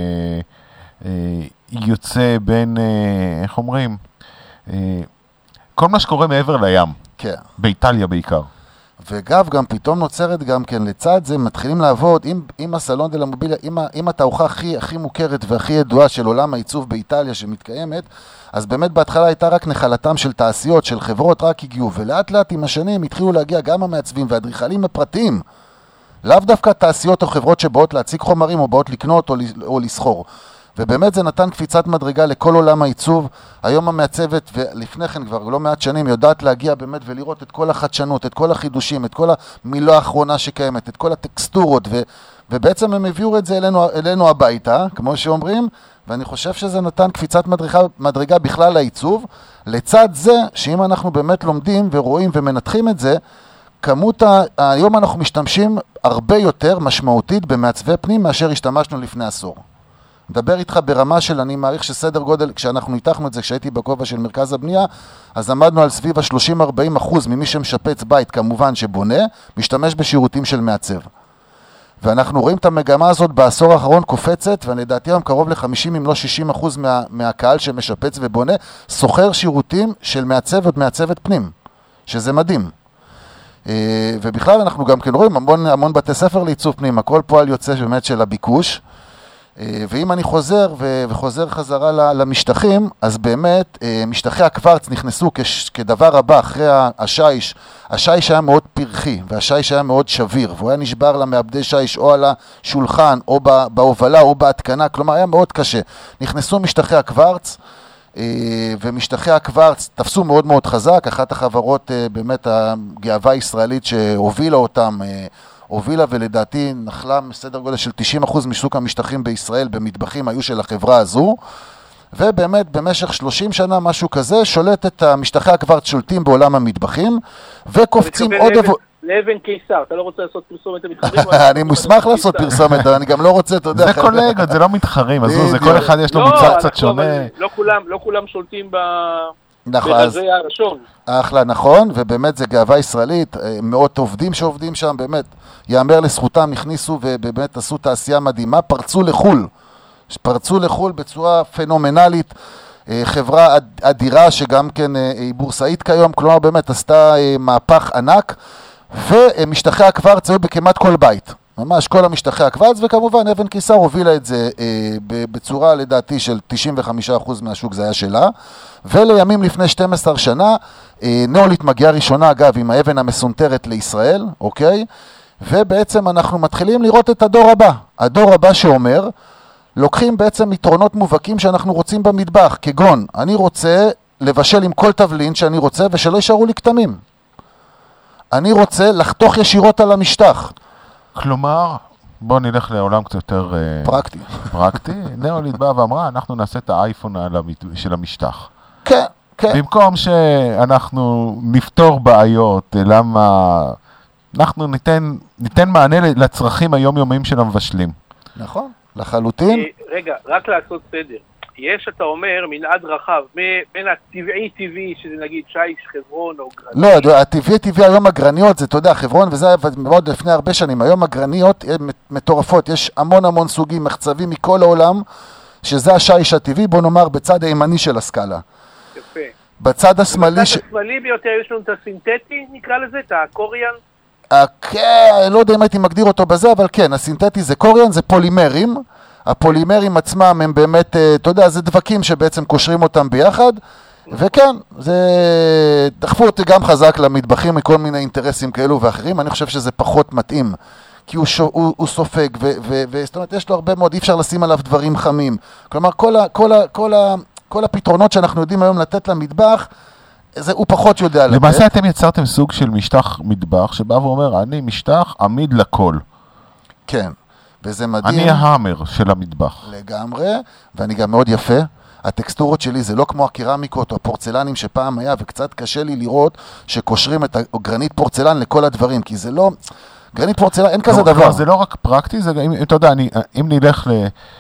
S7: שיוצא בין, איך אומרים? כל מה שקורה מעבר לים.
S8: כן.
S7: באיטליה בעיקר.
S8: וגב, גם פתאום נוצרת גם כן לצד זה, מתחילים לעבוד עם הסלון דה למוביליה, עם התערוכה הכי מוכרת והכי ידועה של עולם העיצוב באיטליה שמתקיימת, אז באמת בהתחלה הייתה רק נחלתם של תעשיות, של חברות רק הגיעו, ולאט לאט עם השנים התחילו להגיע גם המעצבים והאדריכלים הפרטיים, לאו דווקא תעשיות או חברות שבאות להציג חומרים או באות לקנות או לסחור. ובאמת זה נתן קפיצת מדרגה לכל עולם העיצוב. היום המעצבת, ולפני כן כבר לא מעט שנים, יודעת להגיע באמת ולראות את כל החדשנות, את כל החידושים, את כל המילה האחרונה שקיימת, את כל הטקסטורות, ובעצם הם הביאו את זה אלינו הביתה, כמו שאומרים, ואני חושב שזה נתן קפיצת מדרגה בכלל לעיצוב. לצד זה, שאם אנחנו באמת לומדים ורואים ומנתחים את זה, היום אנחנו משתמשים הרבה יותר משמעותית במעצבי פנים מאשר השתמשנו לפני עשור. מדבר איתך ברמה של, אני מעריך שסדר גודל, כשאנחנו ניתחנו את זה, כשהייתי בכובע של מרכז הבנייה, אז עמדנו על סביב ה-30-40% ממי שמשפץ בית, כמובן שבונה, משתמש בשירותים של מעצב. ואנחנו רואים את המגמה הזאת בעשור האחרון קופצת, ולדעתי היום קרוב ל-50 אם לא 60% מהקהל שמשפץ ובונה, סוחר שירותים של מעצבת פנים, שזה מדהים. ובכלל אנחנו גם כן רואים המון בתי ספר לעיצוב פנים, הכל פועל יוצא באמת של הביקוש, ואם אני חוזר חזרה למשטחים, אז באמת משטחי הקוורץ נכנסו כדבר הבא אחרי השיש. השיש היה מאוד פרחי, והשיש היה מאוד שביר, והוא היה נשבר למעבדי שיש או על השולחן, או בהובלה, או בהתקנה, כלומר היה מאוד קשה. נכנסו משטחי הקוורץ, ומשטחי הקוורץ תפסו מאוד מאוד חזק, אחת החברות באמת הגאווה הישראלית שהובילה אותם, ולדעתי נחלה מסדר גודל של 90% משוק המשטחים בישראל במטבחים היו של החברה הזו, ובאמת במשך 30 שנה משהו כזה שולט את המשטחי הקוורץ שולטים בעולם המטבחים, וקופצים עוד...
S10: לאבן קיסר, אתה לא רוצה לעשות פרסומת למתחרים?
S8: אני מוסמך לעשות פרסומת, אני גם לא רוצה, אתה יודע...
S7: זה קולגות, זה לא מתחרים, אז זה כל אחד יש לו מוצר קצת שונה.
S10: לא כולם שולטים
S8: נכון,
S10: ברזי הרשום.
S8: אחלה, נכון, ובאמת זה גאווה ישראלית, מאות עובדים שעובדים שם, באמת, יאמר לזכותם, נכניסו ובאמת עשו תעשייה מדהימה, פרצו לחול בצורה פנומנלית, חברה אדירה שגם כן היא בורסאית כיום, כלומר באמת עשתה מהפך ענק, ומשטחי הקוורץ היו בכמעט כל בית, ממש כל המשטחי הקוורץ, וכמובן אבן קיסר הובילה את זה בצורה לדעתי של 95% מהשוק זה היה שלה, ולימים לפני 12 שנה, נאולית מגיעה ראשונה אגב עם האבן המסונטרת לישראל, אוקיי? ובעצם אנחנו מתחילים לראות את הדור הבא שאומר, לוקחים בעצם יתרונות מובהקים שאנחנו רוצים במטבח, כגון, אני רוצה לבשל עם כל תבלין שאני רוצה ושלא יישארו לי כתמים. אני רוצה לחתוך ישירות על המשטח.
S7: כלומר, בוא נלך לעולם קצת יותר פרקטי. נאולית באה ואמרה, אנחנו נעשה את האייפון של המשטח.
S8: כן, כן.
S7: במקום שאנחנו נפתור בעיות, למה אנחנו ניתן מענה לצרכים היומיומיים של המבשלים.
S8: נכון, לחלוטין.
S10: רגע, רק לעשות סדר. יש, אתה אומר, מנעד רחב, בין הטבעי, שזה נגיד שיש, חברון או גרניות.
S8: לא, הטבעי היום הגרניות, זה, אתה יודע, חברון, וזה היה מאוד לפני הרבה שנים. היום הגרניות מטורפות, יש המון סוגים, מחצבים מכל העולם, שזה השיש הטבעי, בוא נאמר, בצד הימני של הסקאלה.
S10: יפה.
S8: בצד השמאלי...
S10: בצד השמאלי ביותר יש לנו את הסינתטי, נקרא לזה, את הקוריאן.
S8: כן, לא יודע אם הייתי מגדיר אותו בזה, אבל כן, הסינתטי זה קוריאן, זה פולימרים. הפולימרים עצמם הם באמת, אתה יודע, זה דבקים שבעצם קושרים אותם ביחד, וכן, זה דחפו אותי גם חזק למטבחים מכל מיני אינטרסים כאלו ואחרים, אני חושב שזה פחות מתאים, כי הוא סופג, וזאת אומרת, יש לו הרבה מאוד, אי אפשר לשים עליו דברים חמים. כלומר, כל הפתרונות שאנחנו יודעים היום לתת למטבח, הוא פחות יודע לתת.
S7: למעשה אתם יצרתם סוג של משטח מטבח, שבא ואומר, אני משטח עמיד לכל.
S8: כן. וזה מדהים.
S7: אני ההאמר של המטבח.
S8: לגמרי, ואני גם מאוד יפה. הטקסטורות שלי זה לא כמו הקרמיקות או הפורצלנים שפעם היה, וקצת קשה לי לראות שקושרים את הגרנית פורצלן לכל הדברים, כי זה לא... גרנית פורצלן, אין כזה דבר.
S7: זה לא רק פרקטי, זה גם, אתה יודע, אם נלך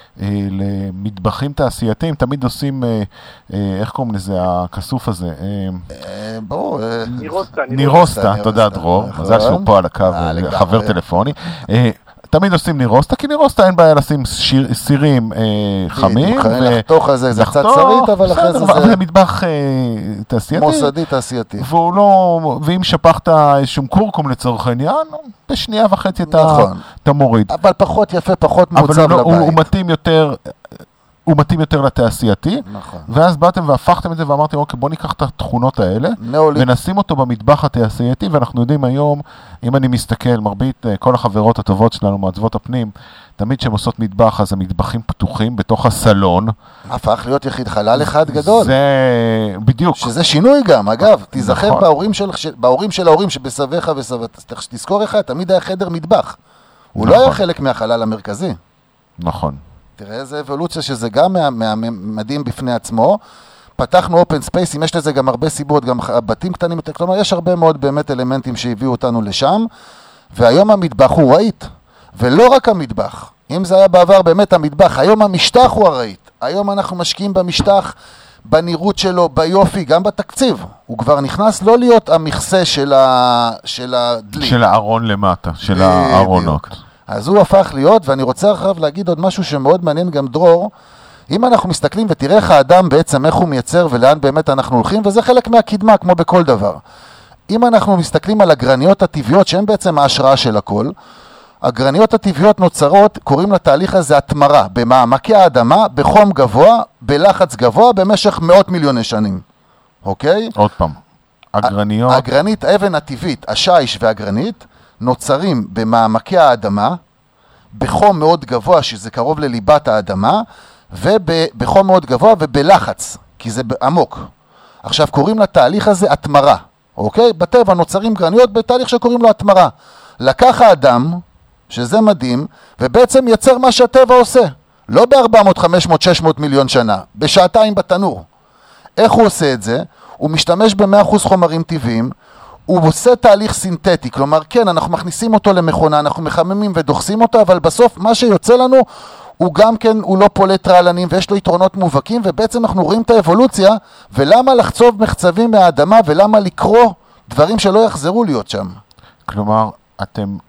S7: למטבחים תעשייתיים, תמיד עושים, איך קוראים לזה, הכסוף הזה?
S8: ברור.
S7: נירוסטה, תודה דרור, מזל שהוא פה על הקו, חבר טלפוני. תמיד עושים נירוסטה, כי נירוסטה אין בעיה לשים סירים חמים.
S8: לחתוך על זה, זה קצת שרית, אבל אחרי זה
S7: זה מטבח תעשייתי.
S8: מוסדי תעשייתי.
S7: ואם שפכת איזשהו קורקום לצורך העניין, בשנייה וחצי אתה מוריד.
S8: אבל פחות יפה, פחות מוצב לבית.
S7: אבל הוא מתאים יותר לתעשייתי,
S8: נכון.
S7: ואז באתם והפכתם את זה ואמרתם, אוקיי, בוא ניקח את התכונות האלה, ונשים אותו במטבח התעשייתי, ואנחנו יודעים היום, אם אני מסתכל, מרבית כל החברות הטובות שלנו, מעצבות הפנים, תמיד שהן עושות מטבח, אז המטבחים פתוחים בתוך הסלון.
S8: הפך להיות יחיד חלל אחד גדול.
S7: זה בדיוק.
S8: שזה שינוי גם, אגב, תיזכר בהורים של ההורים שבסביך וסבתך, תזכור אחד, תמיד היה חדר מטבח. הוא לא היה חלק מהחלל המרכזי.
S7: נכון.
S8: תראה איזה אבולוציה שזה גם מדהים בפני עצמו. פתחנו אופן ספייס, אם יש לזה גם הרבה סיבות, גם בתים קטנים, כלומר יש הרבה מאוד באמת אלמנטים שהביאו אותנו לשם, והיום המטבח הוא רהיט, ולא רק המטבח. אם זה היה בעבר באמת המטבח, היום המשטח הוא הרהיט. היום אנחנו משקיעים במשטח, בנראות שלו, ביופי, גם בתקציב. הוא כבר נכנס לא להיות המכסה של הדלי.
S7: של הארון למטה, של הארונות.
S8: אז הוא הפך להיות, ואני רוצה עכשיו להגיד עוד משהו שמאוד מעניין גם דרור, אם אנחנו מסתכלים ותראה איך האדם בעצם איך הוא מייצר ולאן באמת אנחנו הולכים, וזה חלק מהקדמה כמו בכל דבר. אם אנחנו מסתכלים על הגרניות הטבעיות, שהן בעצם ההשראה של הכל, הגרניות הטבעיות נוצרות, קוראים לתהליך הזה התמרה, במעמקי האדמה, בחום גבוה, בלחץ גבוה, במשך מאות מיליוני שנים. אוקיי?
S7: עוד פעם, הגרניות...
S8: הגרנית, האבן הטבעית, השיש והגרנית, נוצרים במעמקי האדמה, בחום מאוד גבוה, שזה קרוב לליבת האדמה, ובחום מאוד גבוה ובלחץ, כי זה עמוק. עכשיו קוראים לתהליך הזה התמרה, אוקיי? בטבע נוצרים גרניות בתהליך שקוראים לו התמרה. לקח האדם, שזה מדהים, ובעצם יצר מה שהטבע עושה. לא ב-400, 500, 600 מיליון שנה, בשעתיים בתנור. איך הוא עושה את זה? הוא משתמש ב-100% חומרים טבעיים, הוא עושה תהליך סינתטי, כלומר כן, אנחנו מכניסים אותו למכונה, אנחנו מחממים ודוחסים אותו, אבל בסוף מה שיוצא לנו הוא גם כן, הוא לא פולט רעלנים, ויש לו יתרונות מובהקים, ובעצם אנחנו רואים את האבולוציה, ולמה לחצוב מחצבים מהאדמה, ולמה לקרוא דברים שלא יחזרו להיות שם.
S7: כלומר, אתם...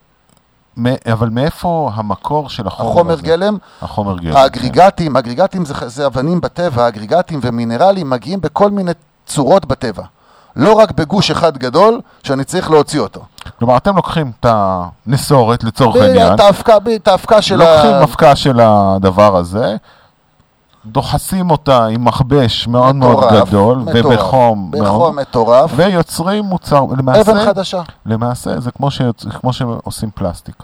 S7: אבל מאיפה המקור של
S8: החומר גלם?
S7: החומר גלם.
S8: האגריגטים זה אבנים בטבע, האגריגטים ומינרלים מגיעים בכל מיני צורות בטבע. לא רק בגוש אחד גדול שאני צריך להוציא אותו.
S7: כלומר, אתם לוקחים את הנסורת לצורך העניין.
S8: את ההפקה של
S7: לוקחים הפקה של הדבר הזה, דוחסים אותה עם מכבש מאוד מאוד גדול, ובחום
S8: מטורף,
S7: ויוצרים מוצר,
S8: אבן חדשה.
S7: למעשה, זה כמו שעושים פלסטיק.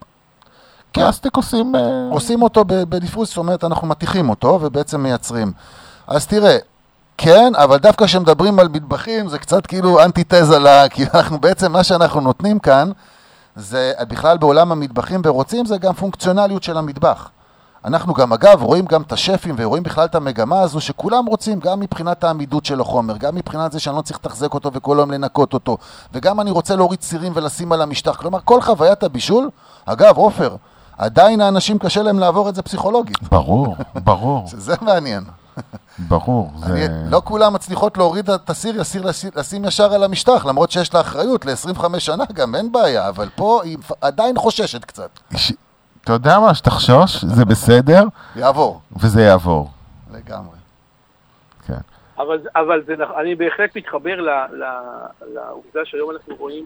S7: פלסטיק
S8: עושים אותו בדיפוס, זאת אומרת, אנחנו מתיחים אותו, ובעצם מייצרים. אז תראה, כן, אבל דווקא כשמדברים על מטבחים, זה קצת כאילו אנטיתזה לה, כי אנחנו בעצם, מה שאנחנו נותנים כאן, זה בכלל בעולם המטבחים ורוצים, זה גם פונקציונליות של המטבח. אנחנו גם, אגב, רואים גם את השפים ורואים בכלל את המגמה הזו שכולם רוצים, גם מבחינת העמידות של החומר, גם מבחינת זה שאני לא צריך לתחזק אותו וכל יום לנקות אותו, וגם אני רוצה להוריד צירים ולשים על המשטח. כלומר, כל חוויית הבישול, אגב, עופר, עדיין האנשים קשה להם לעבור את זה פסיכולוגית.
S7: ברור.
S8: שזה מעניין.
S7: ברור.
S8: לא כולם מצליחות להוריד את הסיר, לשים ישר על המשטח, למרות שיש לה אחריות ל-25 שנה, גם אין בעיה, אבל פה היא עדיין חוששת קצת.
S7: אתה יודע מה, שתחשוש, זה בסדר.
S8: יעבור.
S7: וזה יעבור.
S8: לגמרי.
S7: כן.
S10: אבל אני בהחלט מתחבר לעובדה שהיום אנחנו רואים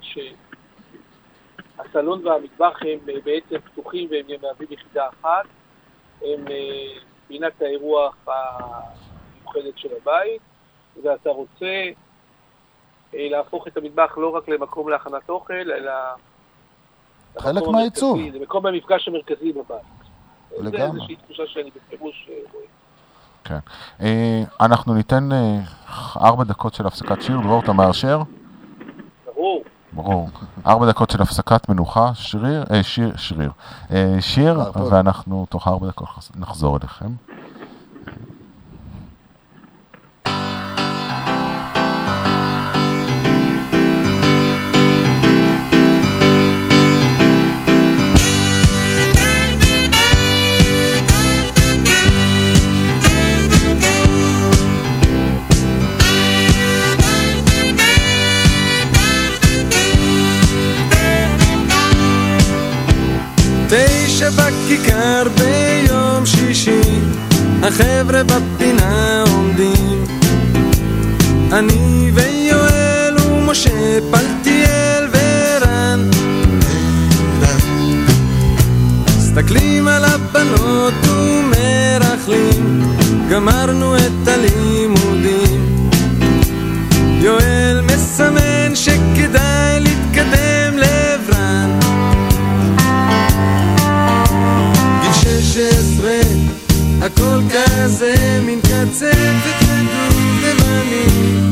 S10: שהסלון והמטבח הם בעצם פתוחים והם מהווים יחידה אחת. הם פינת האירוח המיוחדת של הבית, ואתה רוצה להפוך את המטבח לא רק למקום להכנת אוכל, אלא
S8: חלק מהעיצוב.
S10: זה מקום המפגש המרכזי בבית.
S8: לגמרי.
S10: זה איזושהי תחושה שאני בפירוש רואה.
S7: כן. אנחנו ניתן 4 דקות של הפסקת שיר. דרור, אתה מאשר? ברור. 4 דקות של הפסקת מנוחה, שיר, ואנחנו תוך 4 דקות נחזור אליכם.
S11: בכיכר ביום שישי, החבר'ה בפינה עומדים, אני ויואל ומשה, פלטיאל ורן, מסתכלים על הבנות ומרחלים, גמרנו את הלימודים, יואל מסמן שכדאי להתקדם לעברן, 16, הכל כזה מן קצפת ודובדבני,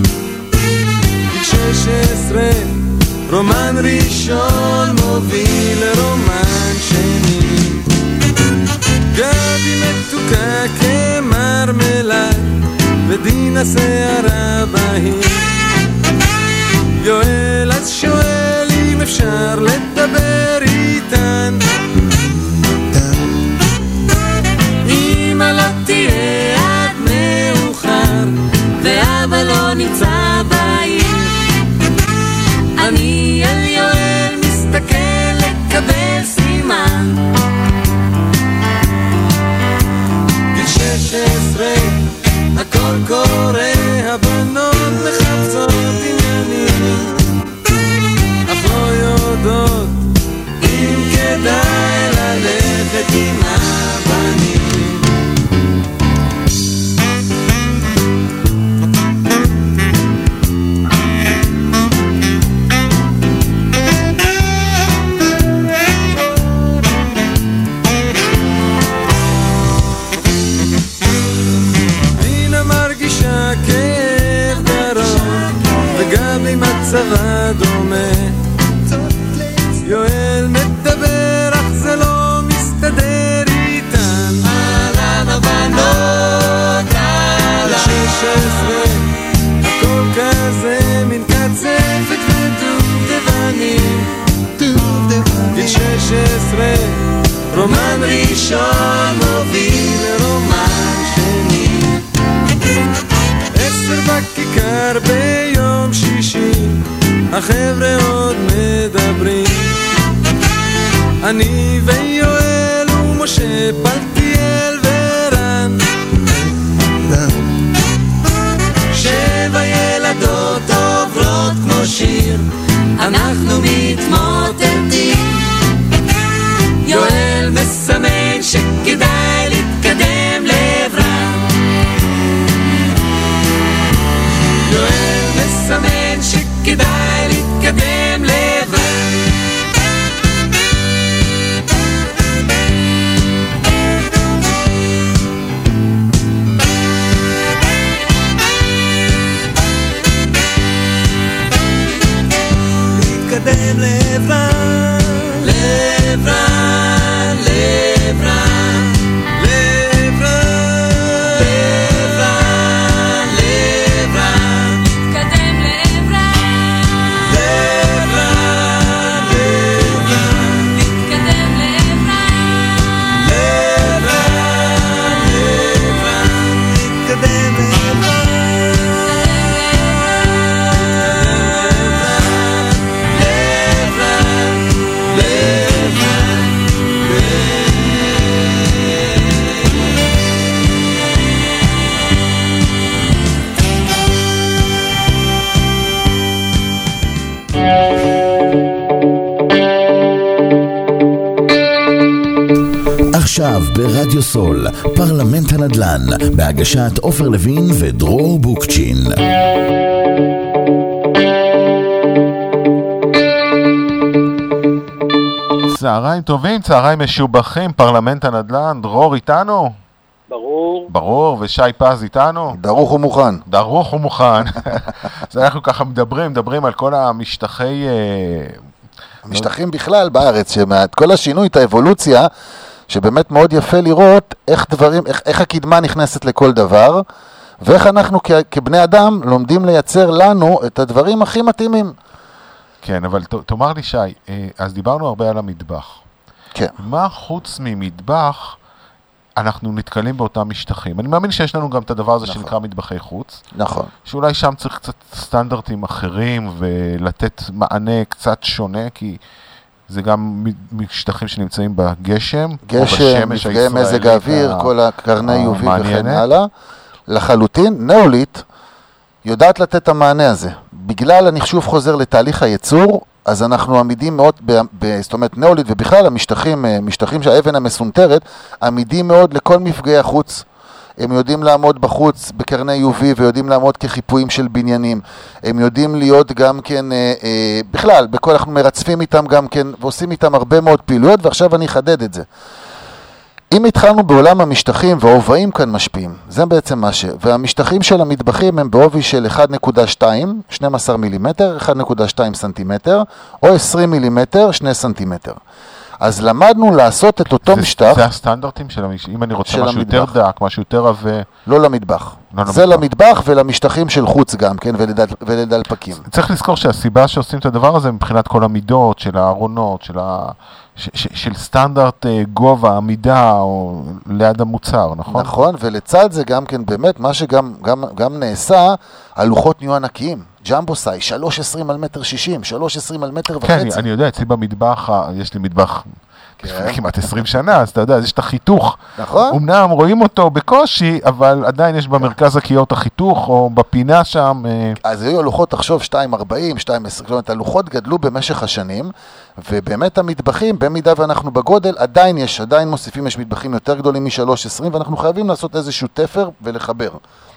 S11: 16, רומן ראשון מוביל לרומן שני, גבי מתוקה כמרמלד ודינה שערה בהיר, יואל אז שואל אם אפשר לדבר איתן, אמא לא תהיה עד מאוחר ואבא לא נמצא בעיר, אני על יואל מסתכל לקבל סימן, גיל 16 הכל קורה, הבנות מחפשות עניינים, אך לא יודעות אם כדאי ללכת עם הבנים. מצבה דומה, יואל מדבר אך זה לא מסתדר איתן, אהלן הבנות, אהלן 16 הכל כזה מן קצפת ודובדבנים, גיל 16 רומן ראשון כבר ביום שישי, החבר'ה עוד מדברים. אני ויואל ומשה פלטיאל ורן, 7 ילדות עוברות כמו שיר, אנחנו מתמוטטים. יואל מסמן שכדאי להתקדם לעברם, יואל מסמן שכדאי להתקדם לעברם. להתקדם לעברם, לעברם, לעברם, לעברם, לעברם, לעברם.
S6: להתקדם לעברם,
S11: לעברם, לעברם,
S6: להתקדם לעברם,
S11: לעברם, לעברם, להתקדם לעברם.
S1: עכשיו ברדיו סול, פרלמנט הנדל"ן, בהגשת עופר לוין ודרור בוקצ'ין.
S7: צהריים טובים, צהריים משובחים, פרלמנט הנדל"ן, דרור איתנו?
S10: ברור.
S7: ברור, ושי פז איתנו?
S8: דרוך ומוכן.
S7: דרוך ומוכן. אז אנחנו ככה מדברים על כל המשטחי...
S8: המשטחים בכלל בארץ, שמעט כל השינוי, את האבולוציה, שבאמת מאוד יפה לראות איך דברים, איך הקדמה נכנסת לכל דבר, ואיך אנחנו כבני אדם לומדים לייצר לנו את הדברים הכי מתאימים.
S7: כן, אבל תאמר לי שי, אז דיברנו הרבה על המטבח.
S8: כן.
S7: מה חוץ ממטבח אנחנו נתקלים באותם משטחים? אני מאמין שיש לנו גם את הדבר הזה שנקרא מטבחי חוץ.
S8: נכון.
S7: שאולי שם צריך קצת סטנדרטים אחרים ולתת מענה קצת שונה, כי זה גם משטחים שנמצאים בגשם,
S8: גשם, מפגעי מזג האוויר, כל הקרני UV וכן הלאה. לחלוטין, נאוליט יודעת לתת את המענה הזה. בגלל, אני שוב חוזר לתהליך הייצור, אז אנחנו עמידים מאוד, זאת אומרת, נאוליט ובכלל המשטחים של האבן המסונטרת, עמידים מאוד לכל מפגעי החוץ. הם יודעים לעמוד בחוץ בקרני UV ויודעים לעמוד כחיפויים של בניינים. הם יודעים להיות גם כן, בכלל, אנחנו מרצפים איתם גם כן ועושים איתם הרבה מאוד פעילויות, ועכשיו אני אחדד את זה. אם התחלנו בעולם המשטחים, וההובעים כאן משפיעים, זה בעצם מה והמשטחים של המטבחים הם בעובי של 1.2, 12 מילימטר, 1.2 סנטימטר, או 20 מילימטר, 2 סנטימטר. אז למדנו לעשות את אותו משטח.
S7: זה הסטנדרטים של המשטח, אם אני רוצה משהו יותר דק, משהו יותר עבה.
S8: לא למטבח. זה למטבח ולמשטחים של חוץ גם, כן, ולדלפקים.
S7: צריך לזכור שהסיבה שעושים את הדבר הזה מבחינת כל המידות של הארונות, של סטנדרט גובה, עמידה, או ליד המוצר, נכון?
S8: נכון, ולצד זה גם כן באמת, מה שגם נעשה, הלוחות נהיו ענקיים. ג'מבו סאי, 3.20 על מטר 60, 3.20 על מטר וחצי.
S7: כן, אני יודע, אצלי במטבח, יש לי מטבח כמעט 20 שנה, אז אתה יודע, יש את החיתוך.
S8: נכון.
S7: אמנם רואים אותו בקושי, אבל עדיין יש במרכז הקיות החיתוך, או בפינה שם.
S8: אז היו הלוחות, תחשוב, 2.40, 2.20, זאת אומרת, הלוחות גדלו במשך השנים, ובאמת המטבחים, במידה ואנחנו בגודל, עדיין מוסיפים, יש מטבחים יותר גדולים מ-3.20, ואנחנו חייבים לעשות איזשהו תפר ולחבר.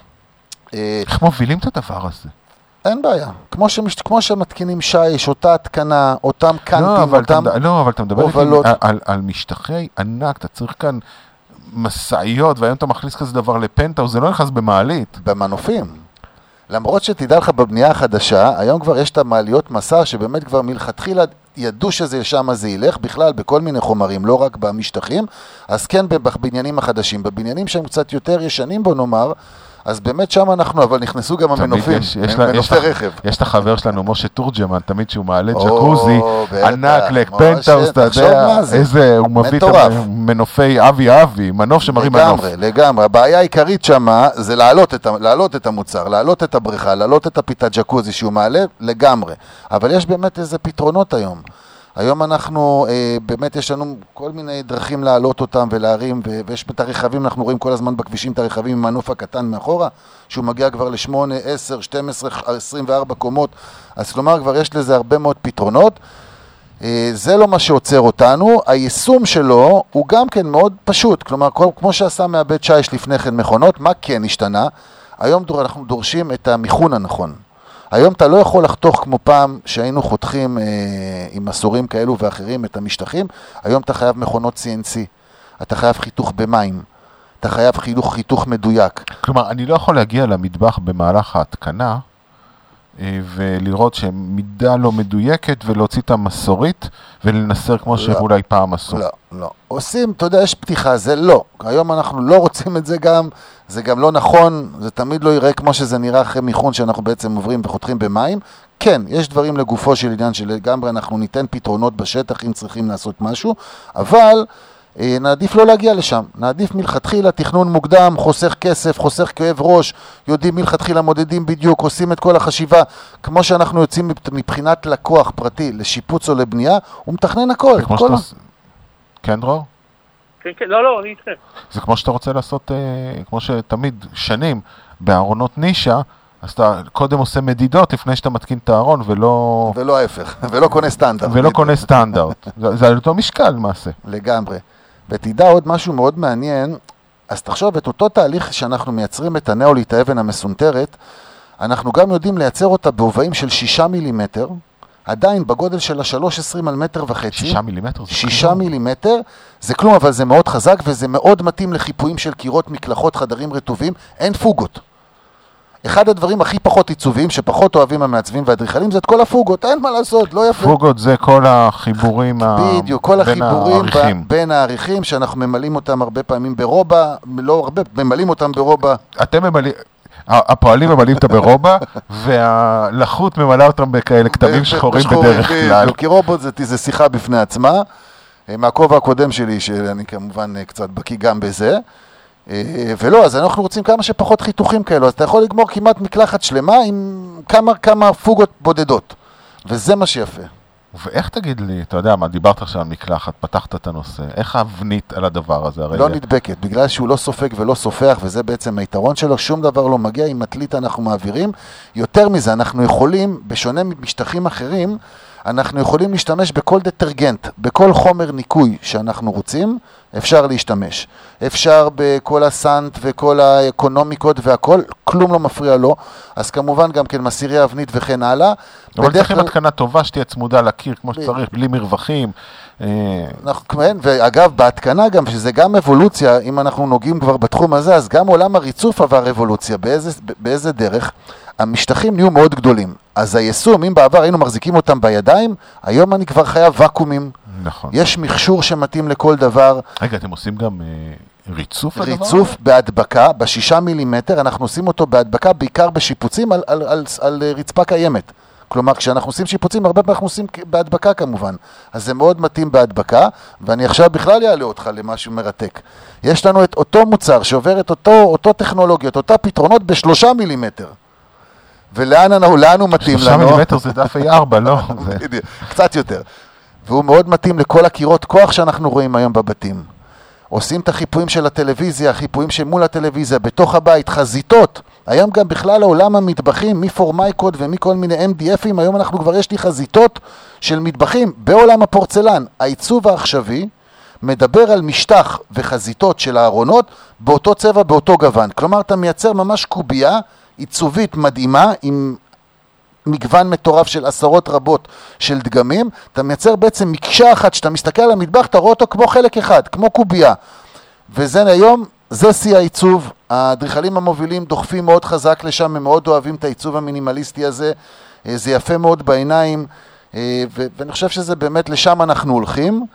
S7: איך מובילים את הדבר הזה?
S8: אין בעיה. כמו שמתקינים שיש, אותה התקנה, אותם קנטים, אותם...
S7: לא, אבל אתה מדבר על משטחי ענק, אתה צריך כאן מסעיות, והיום אתה מכניס כזה דבר לפנטה, זה לא נכנס במעלית.
S8: במנופים. למרות שתדע לך בבנייה החדשה, היום כבר יש את המעליות מסע, שבאמת כבר מלכתחילה ידעו שזה שם זה ילך, בכלל בכל מיני חומרים, לא רק במשטחים, אז כן בבניינים החדשים. בבניינים שהם קצת יותר ישנים, בוא נאמר, אז באמת שם אנחנו, אבל נכנסו גם המנופים, מנופי רכב.
S7: יש את החבר שלנו, משה תורג'מן, תמיד שהוא מעלה ג'קוזי, ענק, פנטהאוס, אתה יודע, איזה, הוא מביא את המנופי אבי, מנוף שמרים מנוף.
S8: לגמרי, הבעיה העיקרית שם זה להעלות את המוצר, להעלות את הבריכה, להעלות את הפיתה ג'קוזי שהוא מעלה, לגמרי. אבל יש באמת איזה פתרונות היום. היום אנחנו, באמת יש לנו כל מיני דרכים להעלות אותם ולהרים, ויש את הרכבים, אנחנו רואים כל הזמן בכבישים את הרכבים עם מנוף הקטן מאחורה, שהוא מגיע כבר ל8, 10, 12, 24 קומות, אז כלומר כבר יש לזה הרבה מאוד פתרונות. זה לא מה שעוצר אותנו, היישום שלו הוא גם כן מאוד פשוט, כלומר כמו שעשה מהבית שיש לפני כן מכונות, מה כן השתנה? היום אנחנו דורשים את המיכון הנכון. היום אתה לא יכול לחתוך כמו פעם שהיינו חותכים עם מסורים כאלו ואחרים את המשטחים, היום אתה חייב מכונות CNC, אתה חייב חיתוך במים, אתה חייב חיתוך מדויק.
S7: כלומר, אני לא יכול להגיע למטבח במהלך ההתקנה, ולראות שמידה לא מדויקת ולהוציא את המסורית ולנסר כמו שאולי פעם עשו.
S8: לא. עושים, אתה יודע, יש פתיחה, זה לא. היום אנחנו לא רוצים את זה גם, זה גם לא נכון, זה תמיד לא יראה כמו שזה נראה אחרי מיכון שאנחנו בעצם עוברים וחותכים במים. כן, יש דברים לגופו של עניין שלגמרי אנחנו ניתן פתרונות בשטח אם צריכים לעשות משהו, אבל נעדיף לא להגיע לשם, נעדיף מלכתחילה תכנון מוקדם, חוסך כסף, חוסך כאב ראש, יודעים מלכתחילה מודדים בדיוק, עושים את כל החשיבה, כמו שאנחנו יוצאים מבחינת לקוח פרטי לשיפוץ או לבנייה, הוא מתכנן הכל.
S7: כן, דרור?
S10: כן, לא, אני איתכם.
S7: זה כמו שאתה רוצה לעשות, כמו שתמיד שנים, בארונות נישה, אז אתה קודם עושה מדידות לפני שאתה מתקין את הארון,
S8: ולא ההפך, ולא קונה סטנדרט.
S7: ולא קונה סטנדרט. זה על אותו משקל למעשה.
S8: לגמרי. ותדע עוד משהו מאוד מעניין, אז תחשוב את אותו תהליך שאנחנו מייצרים את הנאולית, האבן המסונטרת, אנחנו גם יודעים לייצר אותה בהובעים של 6 מילימטר, עדיין בגודל של 3.20 על מטר וחצי.
S7: 6 מילימטר?
S8: 6 מילימטר, זה כלום, אבל זה מאוד חזק, וזה מאוד מתאים לחיפויים של קירות, מקלחות, חדרים רטובים, אין פוגות. אחד הדברים הכי פחות עיצוביים, שפחות אוהבים המעצבים והאדריכלים, זה את כל הפוגות, אין מה לעשות, לא יפה.
S7: פוגות זה כל החיבורים
S8: בדיוק, כל החיבורים בין העריכים, שאנחנו ממלאים אותם הרבה פעמים ברובע, לא הרבה, ממלאים אותם ברובע.
S7: אתם ממלאים, הפועלים ממלאים אותם ברובע, והלחות ממלאה אותם בכאלה כתבים שחורים בדרך כלל.
S8: כי רובוט זה שיחה בפני עצמה, מהכובע הקודם שלי, שאני כמובן קצת בקיא גם בזה, ולא, אז אנחנו רוצים כמה שפחות חיתוכים כאלו, אז אתה יכול לגמור כמעט מקלחת שלמה עם כמה פוגות בודדות, וזה מה שיפה.
S7: ואיך תגיד לי, אתה יודע מה, דיברת עכשיו על מקלחת, פתחת את הנושא, איך האבנית על הדבר הזה?
S8: לא נדבקת, בגלל שהוא לא סופג ולא סופח, וזה בעצם היתרון שלו, שום דבר לא מגיע, עם מטלית אנחנו מעבירים. יותר מזה, אנחנו יכולים, בשונה משטחים אחרים, אנחנו יכולים להשתמש בכל דטרגנט, בכל חומר ניקוי שאנחנו רוצים, אפשר להשתמש. אפשר בכל הסנט וכל האקונומיקות והכל, כלום לא מפריע לו. אז כמובן גם כן מסירי אבנית וכן הלאה.
S7: אבל צריכים התקנה טובה שתהיה צמודה לקיר כמו שצריך, בלי מרווחים.
S8: ואגב, בהתקנה גם, שזה גם אבולוציה, אם אנחנו נוגעים כבר בתחום הזה, אז גם עולם הריצוף עבר אבולוציה. באיזה דרך? המשטחים נהיו מאוד גדולים. אז היישום, אם בעבר היינו מחזיקים אותם בידיים, היום אני כבר חייב וקומים.
S7: נכון.
S8: יש מכשור שמתאים לכל דבר.
S7: רגע, אתם עושים גם ריצוף לדבר?
S8: ריצוף בהדבקה, ב6 מילימטר, אנחנו עושים אותו בהדבקה, בעיקר בשיפוצים על רצפה קיימת. כלומר, כשאנחנו עושים שיפוצים, הרבה פעמים אנחנו עושים בהדבקה כמובן. אז זה מאוד מתאים בהדבקה, ואני עכשיו בכלל יעלה אותך למשהו מרתק. יש לנו את אותו מוצר שעובר את אותו טכנולוגיות, אותה פתרונות ב3 מילימטר. ולאן הוא מתאים לנו?
S7: 3 מילימטר זה דף A4, לא?
S8: קצת יותר. והוא מאוד מתאים לכל הקירות כוח שאנחנו רואים היום בבתים. עושים את החיפויים של הטלוויזיה, החיפויים שמול הטלוויזיה, בתוך הבית, חזיתות. היום גם בכלל העולם המטבחים, מפורמייקוד ומכל מיני MDFים, היום אנחנו כבר יש לי חזיתות של מטבחים בעולם הפורצלן. העיצוב העכשווי מדבר על משטח וחזיתות של הארונות באותו צבע, באותו גוון. כלומר, אתה מייצר ממש קובייה עיצובית מדהימה עם מגוון מטורף של עשרות רבות של דגמים, אתה מייצר בעצם מקשה אחת, שאתה מסתכל על המטבח, אתה רואה אותו כמו חלק אחד, כמו קובייה. וזה היום, זה שיא העיצוב, האדריכלים המובילים דוחפים מאוד חזק לשם, הם מאוד אוהבים את העיצוב המינימליסטי הזה, זה יפה מאוד בעיניים, ואני חושב שזה באמת לשם אנחנו הולכים.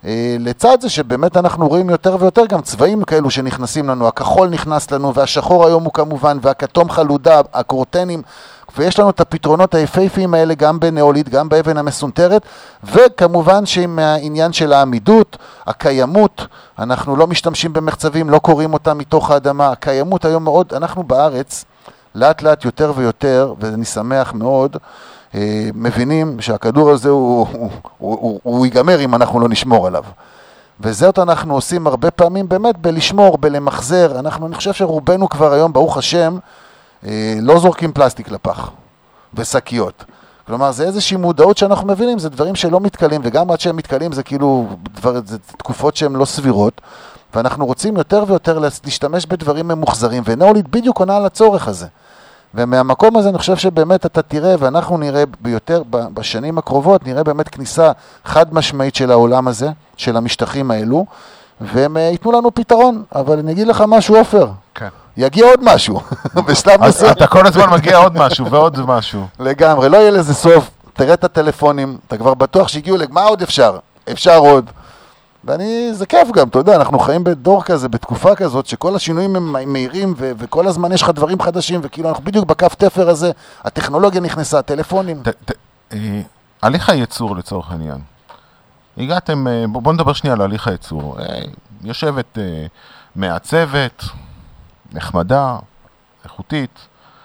S8: לצד זה שבאמת אנחנו רואים יותר ויותר גם צבעים כאלו שנכנסים לנו, הכחול נכנס לנו, והשחור היום הוא כמובן, והכתום חלודה, הקורטנים, ויש לנו את הפתרונות היפהפיים האלה גם בנאוליט, גם באבן המסונטרת, וכמובן שעם העניין של העמידות, הקיימות, אנחנו לא משתמשים במחצבים, לא קוראים אותם מתוך האדמה, הקיימות היום מאוד, אנחנו בארץ, לאט לאט יותר ויותר, ואני שמח מאוד, מבינים שהכדור הזה הוא ייגמר אם אנחנו לא נשמור עליו. וזאת אנחנו עושים הרבה פעמים באמת בלשמור, בלמחזר. אני חושב שרובנו כבר היום, ברוך השם, לא זורקים פלסטיק לפח ושקיות. כלומר, זה איזושהי מודעות שאנחנו מבינים, זה דברים שלא מתקלים, וגם עד שהם מתקלים זה כאילו זה תקופות שהן לא סבירות, ואנחנו רוצים יותר ויותר להשתמש בדברים ממוחזרים, ונאוליט בדיוק עונה על הצורך הזה. ומהמקום הזה אני חושב שבאמת אתה תראה, ואנחנו נראה ביותר בשנים הקרובות, נראה באמת כניסה חד משמעית של העולם הזה, של המשטחים האלו, והם ייתנו לנו פתרון. אבל אני אגיד לך משהו, עופר.
S7: כן.
S8: יגיע עוד משהו. בשלב מסוים.
S7: אתה כל הזמן מגיע עוד משהו ועוד משהו.
S8: לגמרי, לא יהיה לזה סוף. תראה את הטלפונים, אתה כבר בטוח שהגיעו מה עוד אפשר? אפשר עוד. זה כיף גם, אתה יודע, אנחנו חיים בדור כזה, בתקופה כזאת, שכל השינויים הם מהירים, וכל הזמן יש לך דברים חדשים, וכאילו אנחנו בדיוק בקו תפר הזה, הטכנולוגיה נכנסה, הטלפונים.
S7: הליך הייצור לצורך העניין. הגעתם, בוא נדבר שנייה על הליך הייצור. יושבת מעצבת, נחמדה, איכותית,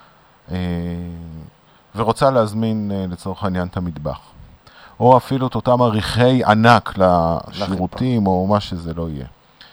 S7: ורוצה להזמין לצורך העניין את המטבח. או אפילו את אותם עריכי ענק לשירותים, או מה שזה לא יהיה.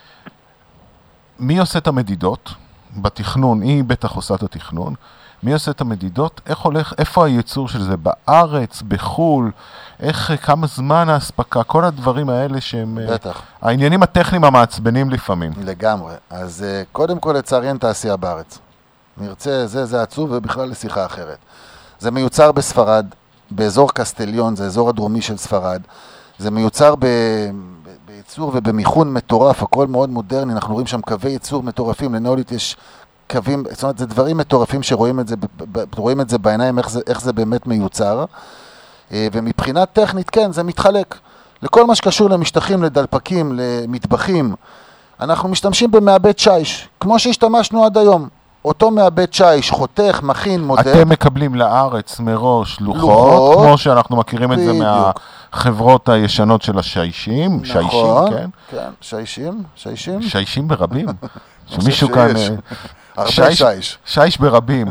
S7: מי עושה את המדידות בתכנון? היא בטח עושה את התכנון. מי עושה את המדידות? איך הולך, איפה הייצור של זה? בארץ, בחול, כמה זמן ההספקה, כל הדברים האלה שהם...
S8: בטח.
S7: העניינים הטכניים המעצבנים לפעמים.
S8: לגמרי. אז קודם כל לצערי אין תעשייה בארץ. נרצה, זה עצוב ובכלל לשיחה אחרת. זה מיוצר בספרד, באזור קסטליון, זה אזור הדרומי של ספרד. זה מיוצר בייצור ובמיכון מטורף, הכל מאוד מודרני, אנחנו רואים שם קווי ייצור מטורפים, לנאוליט יש קווים, זאת אומרת, זה דברים מטורפים שרואים את זה בעיניים, איך זה באמת מיוצר. ומבחינה טכנית, כן, זה מתחלק. לכל מה שקשור למשטחים, לדלפקים, למטבחים, אנחנו משתמשים במעבד שיש, כמו שהשתמשנו עד היום. אותו מעבד שיש, חותך, מכין, מודד.
S7: אתם מקבלים לארץ מראש לוחות, כמו שאנחנו מכירים את זה מהחברות הישנות של השיישים.
S8: נכון,
S7: כן?
S8: כן, שיישים.
S7: שיישים ברבים. שמישהו כאן...
S8: הרבה שיש.
S7: שיש ברבים.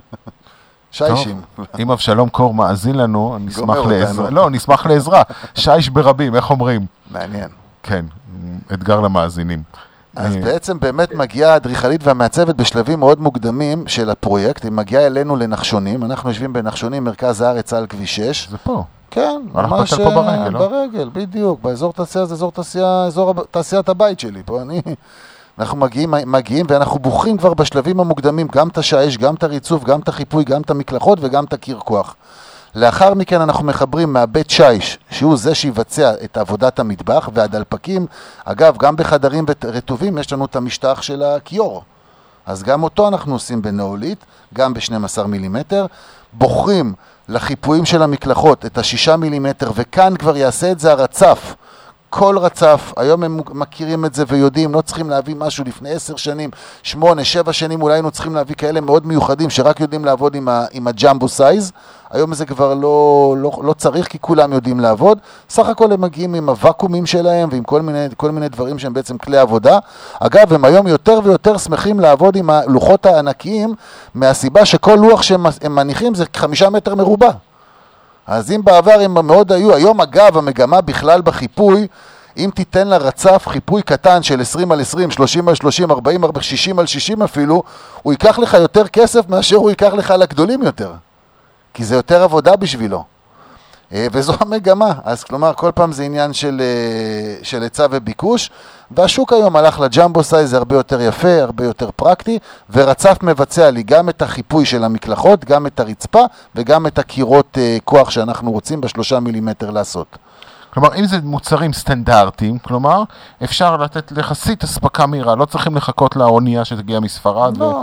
S8: שיישים.
S7: אם אבשלום קור מאזין לנו, נשמח לעזרה. לא, נשמח לעזרה. שיש ברבים, איך אומרים?
S8: מעניין.
S7: כן, אתגר למאזינים.
S8: אז בעצם באמת מגיעה האדריכלית והמעצבת בשלבים מאוד מוקדמים של הפרויקט, היא מגיעה אלינו לנחשונים, אנחנו יושבים בנחשונים, מרכז הארץ על כביש 6.
S7: זה פה.
S8: כן,
S7: ממש פה ברגל, לא?
S8: ברגל, בדיוק, באזור תעשייה, זה אזור תעשייה, אזור תעשיית הבית שלי, פה אנחנו מגיעים ואנחנו בוחרים כבר בשלבים המוקדמים, גם את השייש, גם את הריצוף, גם את החיפוי, גם את המקלחות וגם את הקרקוח. לאחר מכן אנחנו מחברים מעבד שיש, שהוא זה שיבצע את עבודת המטבח, והדלפקים, אגב, גם בחדרים רטובים יש לנו את המשטח של הקיור. אז גם אותו אנחנו עושים בנאוליט, גם ב-12 מילימטר, בוחרים לחיפויים של המקלחות את ה6 מילימטר, וכאן כבר יעשה את זה הרצף. כל רצף, היום הם מכירים את זה ויודעים, לא צריכים להביא משהו לפני 10 שנים, 8, 7 שנים, אולי היינו צריכים להביא כאלה מאוד מיוחדים, שרק יודעים לעבוד עם הג'מבו סייז, היום זה כבר לא צריך, כי כולם יודעים לעבוד, סך הכל הם מגיעים עם הוואקומים שלהם, ועם כל מיני דברים שהם בעצם כלי עבודה, אגב, הם היום יותר ויותר שמחים לעבוד עם הלוחות הענקיים, מהסיבה שכל לוח שהם מניחים זה 5 מטר מרובע, אז אם בעבר הם מאוד היו, היום אגב המגמה בכלל בחיפוי, אם תיתן לרצף חיפוי קטן של 20 על 20, 30 על 30, 40 על 60 על 60 אפילו, הוא ייקח לך יותר כסף מאשר הוא ייקח לך לגדולים יותר, כי זה יותר עבודה בשבילו. וזו המגמה, אז כלומר כל פעם זה עניין של היצע וביקוש, והשוק היום הלך לג'מבו סייז, זה הרבה יותר יפה, הרבה יותר פרקטי, ורצף מבצע לי גם את החיפוי של המקלחות, גם את הרצפה, וגם את הקירות כוח שאנחנו רוצים ב3 מילימטר לעשות.
S7: כלומר, אם זה מוצרים סטנדרטיים, כלומר, אפשר לתת לחסית הספקה מהירה, לא צריכים לחכות לאונייה שתגיע מספרד,
S8: לא.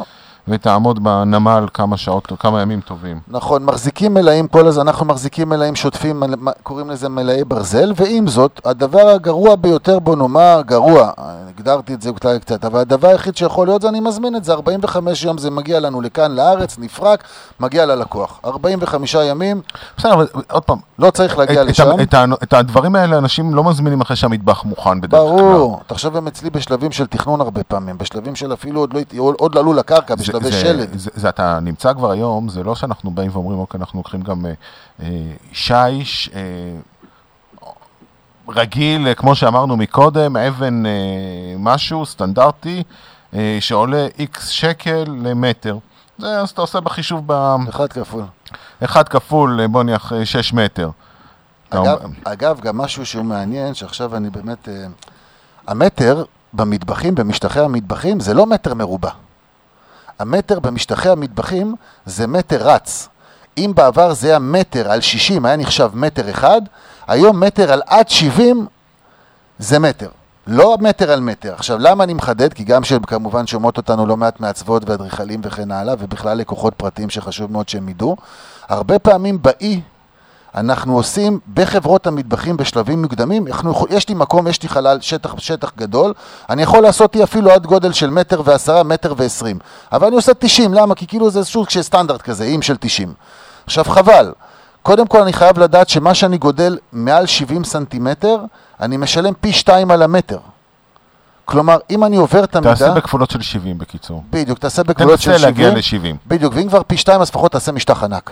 S7: ותעמוד בנמל כמה שעות, כמה ימים טובים.
S8: נכון, מחזיקים מלאים כל הזמן, אנחנו מחזיקים מלאים שוטפים, קוראים לזה מלאי ברזל, ועם זאת, הדבר הגרוע ביותר, בוא נאמר, גרוע, הגדרתי את זה קצת, אבל הדבר היחיד שיכול להיות זה, אני מזמין את זה, 45 יום זה מגיע לנו לכאן, לארץ, נפרק, מגיע ללקוח. 45 ימים,
S7: בסדר, אבל עוד פעם,
S8: לא צריך להגיע לשם.
S7: את הדברים האלה אנשים לא מזמינים אחרי שהמטבח מוכן בדרך כלל.
S8: ברור, תחשוב הם אצלי בשלבים של תכנון הרבה פעמים, בשלבים של אפילו עוד לא עלו לקרקע, בשלבי שלד.
S7: זה אתה נמצא כבר היום, זה לא שאנחנו באים ואומרים, אוקיי, אנחנו לוקחים גם שיש, רגיל, כמו שאמרנו מקודם, אבן משהו סטנדרטי, שעולה X שקל למטר. זה אז אתה עושה בחישוב אחד כפול, בוא נניח 6 מטר.
S8: אגב, גם משהו שהוא מעניין, שעכשיו אני באמת, המטר במטבחים, במשטחי המטבחים, זה לא מטר מרובע. המטר במשטחי המטבחים זה מטר רץ. אם בעבר זה היה מטר על 60, היה נחשב מטר אחד, היום מטר על עד 70 זה מטר. לא מטר על מטר. עכשיו, למה אני מחדד? כי גם שכמובן שומעות אותנו לא מעט מעצבות ואדריכלים וכן הלאה, ובכלל לקוחות פרטיים שחשוב מאוד שהם ידעו. הרבה פעמים באי אנחנו עושים בחברות המטבחים בשלבים מוקדמים, יש לי מקום, יש לי חלל, שטח גדול, אני יכול לעשות אפילו עד גודל של 1.10 מטר, 1.20 מטר, אבל אני עושה 90, למה? כי כאילו זה סוג של סטנדרט כזה, עם של 90. עכשיו חבל, קודם כל אני חייב לדעת שמה שאני גודל מעל 70 סנטימטר, אני משלם פי 2 על המטר. כלומר, אם אני עובר את המידה...
S7: תעשה בכפולות של 70 בקיצור.
S8: בדיוק, תעשה בכפולות של 70.
S7: תנסה להגיע ל-70.
S8: בדיוק, ואם כבר פי 2 אז לפחות תעשה משטח ענק.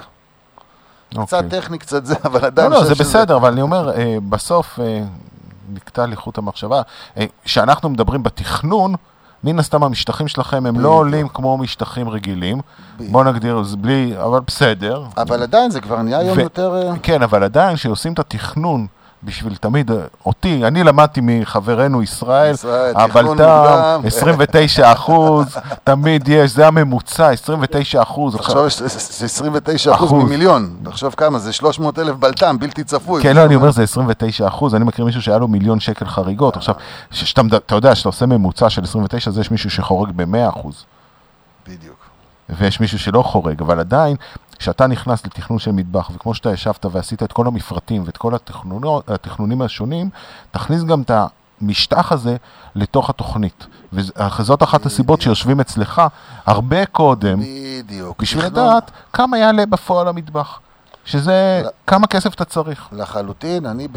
S8: קצת טכני, קצת זה, אבל עדיין...
S7: לא, זה בסדר, אבל אני אומר, בסוף נקטע לי חוט המחשבה, שאנחנו מדברים בתכנון, מן הסתם המשטחים שלכם הם לא עולים כמו משטחים רגילים, בוא נגדיר את זה בלי, אבל בסדר.
S8: אבל עדיין זה כבר נהיה היום יותר...
S7: כן, אבל עדיין שעושים את התכנון, בשביל תמיד, אותי, אני למדתי מחברנו ישראל, הבלטם, 29%, תמיד יש, זה הממוצע, 29%.
S8: עכשיו זה 29% ממיליון, תחשוב כמה, זה 300,000 בלטם, בלתי צפוי.
S7: כן, לא, אני אומר, זה 29%, אני מכיר מישהו שהיה לו 1,000,000 שקל חריגות, עכשיו, אתה יודע, שאתה עושה ממוצע של 29, אז יש מישהו שחורג ב-100%.
S8: בדיוק.
S7: ויש מישהו שלא חורג, אבל עדיין, כשאתה נכנס לתכנון של מטבח, וכמו שאתה ישבת ועשית את כל המפרטים ואת כל התכנונים השונים, תכניס גם את המשטח הזה לתוך התוכנית. וזאת אחת הסיבות שיושבים אצלך הרבה קודם,
S8: בדיוק.
S7: בשביל לדעת כמה יעלה בפועל המטבח. שזה כמה כסף אתה צריך.
S8: לחלוטין, אני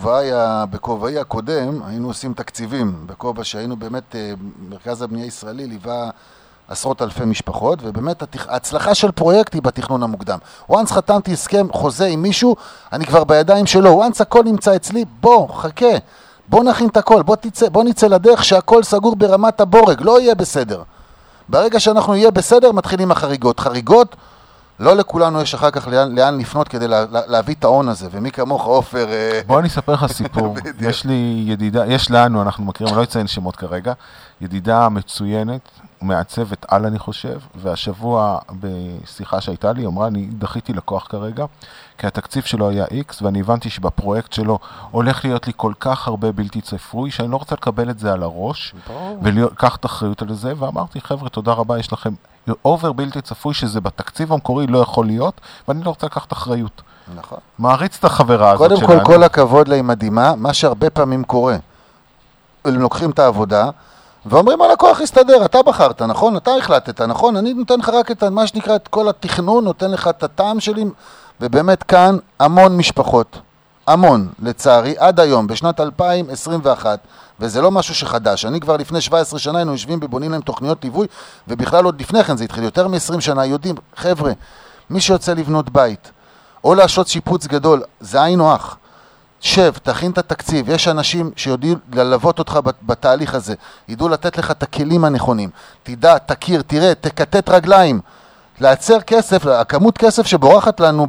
S8: בכובעי הקודם, היינו עושים תקציבים, בכובע שהיינו באמת, מרכז הבנייה הישראלי ליווה עשרות אלפי משפחות, ובאמת ההצלחה של פרויקט היא בתכנון המוקדם. once חתמתי הסכם חוזה עם מישהו, אני כבר בידיים שלו, once הכל נמצא אצלי, בוא, חכה, בוא נכין את הכל, בוא נצא לדרך שהכל סגור ברמת הבורג, לא יהיה בסדר. ברגע שאנחנו יהיה בסדר, מתחילים החריגות. חריגות, לא לכולנו יש אחר כך לאן לפנות כדי להביא את ההון הזה, ומי כמוך עופר...
S7: בוא אני אספר לך סיפור, יש לי ידידה, יש לנו, אנחנו מכירים, לא אציין שמות כרגע, ידידה מצוינת, מעצבת על אני חושב, והשבוע בשיחה שהייתה לי, אמרה, אני דחיתי לקוח כרגע, כי התקציב שלו היה X, ואני הבנתי שבפרויקט שלו הולך להיות לי כל כך הרבה בלתי צפוי, שאני לא רוצה לקבל את זה על הראש, ולקח את האחריות על זה, ואמרתי, חבר'ה, תודה רבה, יש לכם אובר בלתי צפוי, שזה בתקציב המקורי לא יכול להיות, ואני לא רוצה לקחת אחריות.
S8: נכון.
S7: מעריץ את החברה הזאת שלנו.
S8: קודם כל הכבוד לה היא מדהימה, מה שהרבה פעמים קורה. הם לוקחים את העבודה, ואומרים, הלקוח יסתדר, אתה בחרת, נכון? אתה החלטת, נכון? אני נותן לך רק את מה שנקרא את כל התכנון, נותן לך את הטעם שלי, ובאמת כאן המון משפחות, המון, לצערי, עד היום, בשנת 2021, וזה לא משהו שחדש. אני כבר לפני 17 שנה היינו יושבים ובונים להם תוכניות ליווי, ובכלל עוד לפני כן זה התחיל, יותר מ-20 שנה, יודעים, חבר'ה, מי שיוצא לבנות בית, או לעשות שיפוץ גדול, זה היינו אח. שב, תכין את התקציב, יש אנשים שיודעים ללוות אותך בתהליך הזה, ידעו לתת לך את הכלים הנכונים, תדע, תכיר, תראה, תקטט רגליים, לייצר כסף, הכמות כסף שבורחת לנו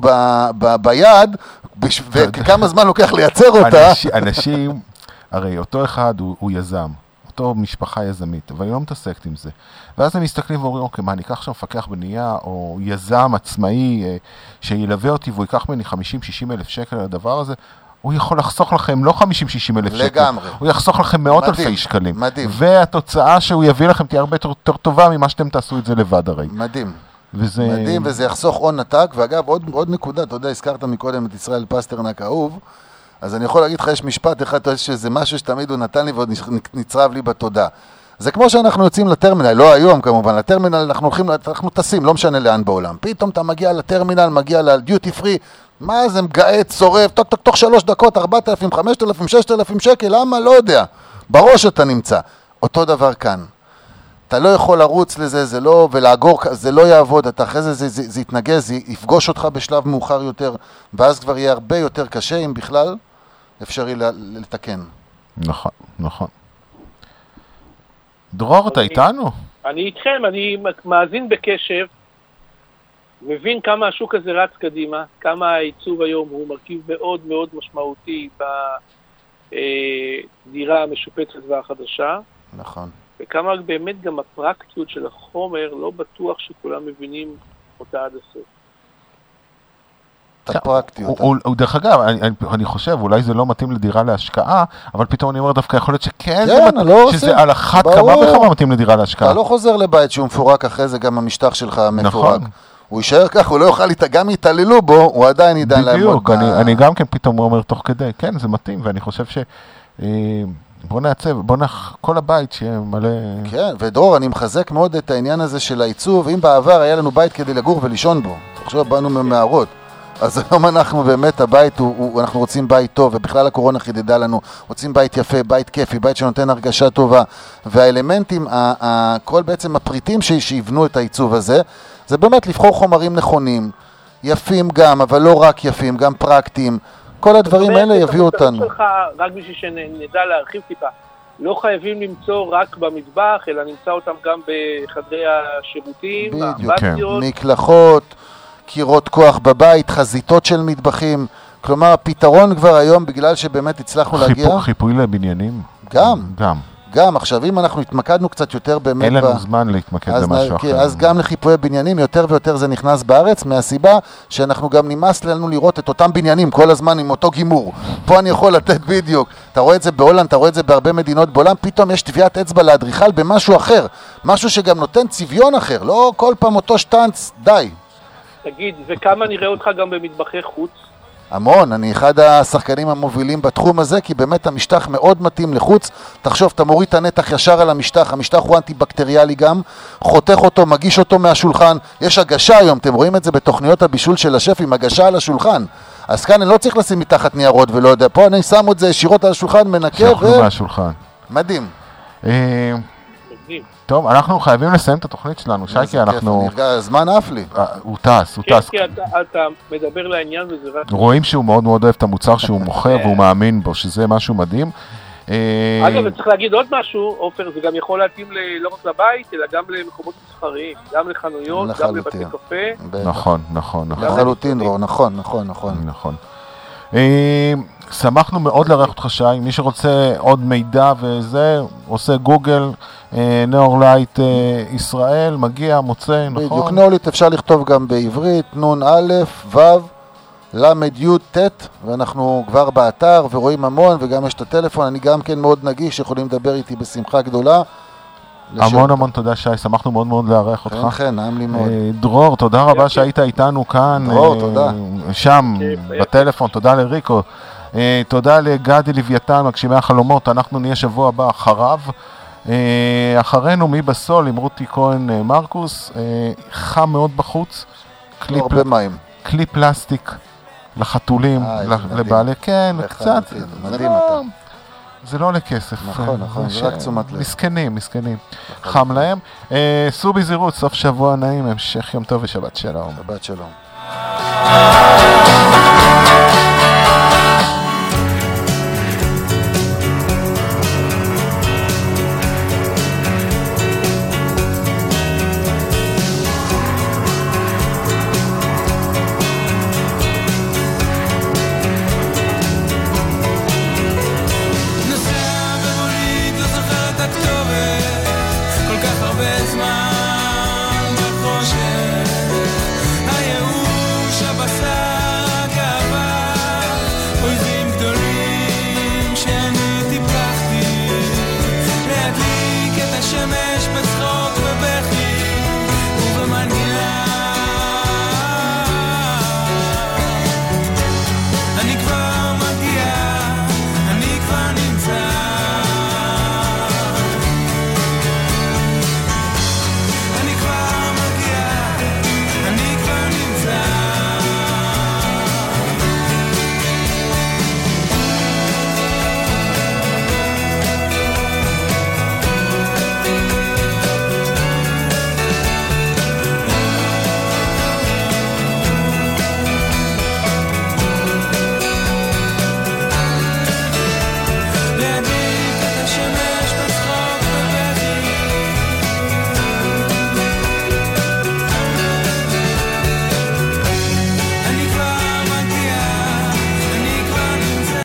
S8: ביד, וכמה זמן לוקח לייצר אותה.
S7: אנשים, הרי אותו אחד הוא יזם, אותו משפחה יזמית, אבל היא לא מתעסקת עם זה. ואז הם מסתכלים ואומרים, אוקיי, מה, אני אקח שם מפקח בנייה, או יזם עצמאי שילווה אותי, והוא ייקח ממני 50-60 אלף שקל על הדבר הזה, הוא יכול לחסוך לכם לא 50-60 אלף שקל.
S8: לגמרי.
S7: הוא יחסוך לכם מאות
S8: מדהים,
S7: אלפי שקלים.
S8: מדהים.
S7: והתוצאה שהוא יביא לכם תהיה הרבה יותר טובה ממה שאתם תעשו את זה לבד הרי.
S8: מדהים.
S7: וזה...
S8: מדהים, וזה יחסוך הון עתק. ואגב, עוד נקודה, אתה יודע, הזכרת מקודם את ישראל פסטרנק האהוב, אז אני יכול להגיד לך, יש משפט אחד, שזה משהו שתמיד הוא נתן לי ועוד נצרב לי בתודה. זה כמו שאנחנו יוצאים לטרמינל, לא היום כמובן, לטרמינל אנחנו טסים, לא משנה לאן בעולם. פתאום אתה מגיע לטרמינל, מגיע לדיוטי פרי, מה זה מגעט, צורף, תוך 3 דקות, 4,000, 5,000, 6,000 שקל, למה? לא יודע. בראש אתה נמצא. אותו דבר כאן. אתה לא יכול לרוץ לזה, זה לא, ולאגור, זה לא יעבוד, אתה אחרי זה יתנגז, זה יפגוש אותך בשלב מאוחר יותר, ואז כבר יהיה הרבה יותר קשה, אם בכלל אפשרי לתקן.
S7: נכון, נכון. דרור, אתה איתנו?
S10: אני איתכם, אני מאזין בקשב, מבין כמה השוק הזה רץ קדימה, כמה העיצוב היום הוא מרכיב מאוד מאוד משמעותי בדירה המשופצת והחדשה.
S8: נכון.
S10: וכמה באמת גם הפרקטיות של החומר, לא בטוח שכולם מבינים אותה עד הסוף.
S8: את הפרקטיות.
S7: הוא דרך אגב, אני חושב, אולי זה לא מתאים לדירה להשקעה, אבל פתאום אני אומר דווקא יכול להיות שכן, שזה על אחת כמה וכמה מתאים לדירה להשקעה.
S8: אתה לא חוזר לבית שהוא מפורק אחרי זה, גם המשטח שלך מפורק. הוא יישאר כך, הוא לא יוכל, גם יתעללו בו, הוא עדיין ידע לעמוד.
S7: בדיוק, אני גם כן פתאום אומר תוך כדי, כן, זה מתאים, ואני חושב ש... בוא נעצב, כל הבית שיהיה מלא... כן,
S8: ודרור, אני מחזק מאוד את העניין הזה של העיצוב. אם בעבר היה לנו בית כדי לגור ולישון בו, עכשיו באנו ממערות, אז היום אנחנו באמת, הבית אנחנו רוצים בית טוב, ובכלל הקורונה חידדה לנו, רוצים בית יפה, בית כיפי, בית שנותן הרגשה טובה, והאלמנטים, כל בעצם הפריטים שיבנו את העיצוב הזה, זה באמת לבחור חומרים נכונים, יפים גם, אבל לא רק יפים, גם פרקטיים, כל הדברים האלה יביאו אותנו.
S10: שלך, רק בשביל שנדע להרחיב טיפה, לא חייבים למצוא רק במטבח, אלא נמצא אותם גם בחדרי השירותים,
S8: בדיוק, מקלחות, קירות כוח בבית, חזיתות של מטבחים, כלומר הפתרון כבר היום, בגלל שבאמת הצלחנו להגיע...
S7: חיפוי לבניינים?
S8: גם, עכשיו אם אנחנו התמקדנו קצת יותר באמת...
S7: אין לנו זמן להתמקד במשהו אחר.
S8: אז גם לחיפוי בניינים, יותר ויותר זה נכנס בארץ, מהסיבה שאנחנו גם נמאס לנו לראות את אותם בניינים כל הזמן עם אותו גימור. פה אני יכול לתת בדיוק. אתה רואה את זה בהולנד, אתה רואה את זה בהרבה מדינות בעולם, פתאום יש טביעת אצבע לאדריכל במשהו אחר. משהו שגם נותן צביון אחר, לא כל פעם אותו שטנץ, די.
S10: תגיד, וכמה נראה אותך גם במטבחי חוץ?
S8: המון, אני אחד השחקנים המובילים בתחום הזה, כי באמת המשטח מאוד מתאים לחוץ. תחשוב, אתה מוריד את הנתח ישר על המשטח, המשטח הוא אנטי-בקטריאלי גם, חותך אותו, מגיש אותו מהשולחן, יש הגשה היום, אתם רואים את זה בתוכניות הבישול של השף עם הגשה על השולחן. אז כאן אני לא צריך לשים מתחת ניירות ולא יודע, פה אני שם את זה ישירות על השולחן, מנקה
S7: מהשולחן.
S8: מדהים.
S7: טוב, אנחנו חייבים לסיים את התוכנית שלנו, שייקי, אנחנו...
S8: זמן אף לי.
S7: הוא טס.
S10: כן, כי אתה מדבר לעניין וזה רק...
S7: רואים שהוא מאוד מאוד אוהב את המוצר שהוא מוכר והוא מאמין בו, שזה משהו מדהים.
S10: אגב, צריך להגיד עוד משהו, אופר, זה גם יכול להתאים לא רק לבית, אלא גם למקומות מסחריים, גם לחנויות, גם לבתי קפה.
S7: נכון.
S8: לחלוטין, נכון.
S7: שמחנו מאוד לארח אותך, שי. מי שרוצה עוד מידע וזה, עושה גוגל, נאורלייט ישראל, מגיע, מוצא, נכון?
S8: בדיוק, נאורלייט אפשר לכתוב גם בעברית, נון א', ו', למד י' ת', ואנחנו כבר באתר ורואים המון, וגם יש את הטלפון, אני גם כן מאוד נגיש, יכולים לדבר איתי בשמחה גדולה.
S7: המון תודה, שי, שמחנו מאוד מאוד לארח אותך.
S8: כן, נעים לי מאוד.
S7: דרור, תודה רבה שהיית איתנו כאן.
S8: דרור, תודה.
S7: שם, בטלפון, תודה לריקו. תודה לגדי לוויתן, מגשימי החלומות, אנחנו נהיה שבוע הבא אחריו. אחרינו מי בסול עם רותי כהן מרקוס, חם מאוד בחוץ.
S8: הרבה מים.
S7: כלי פלסטיק לחתולים, לבעלי, כן, קצת.
S8: מדהים אתה.
S7: זה לא עולה כסף.
S8: נכון, זה רק תשומת לב.
S7: מסכנים. חם להם. סעו בזהירות, סוף שבוע נעים, המשך יום טוב ושבת שלום.
S8: שבת שלום.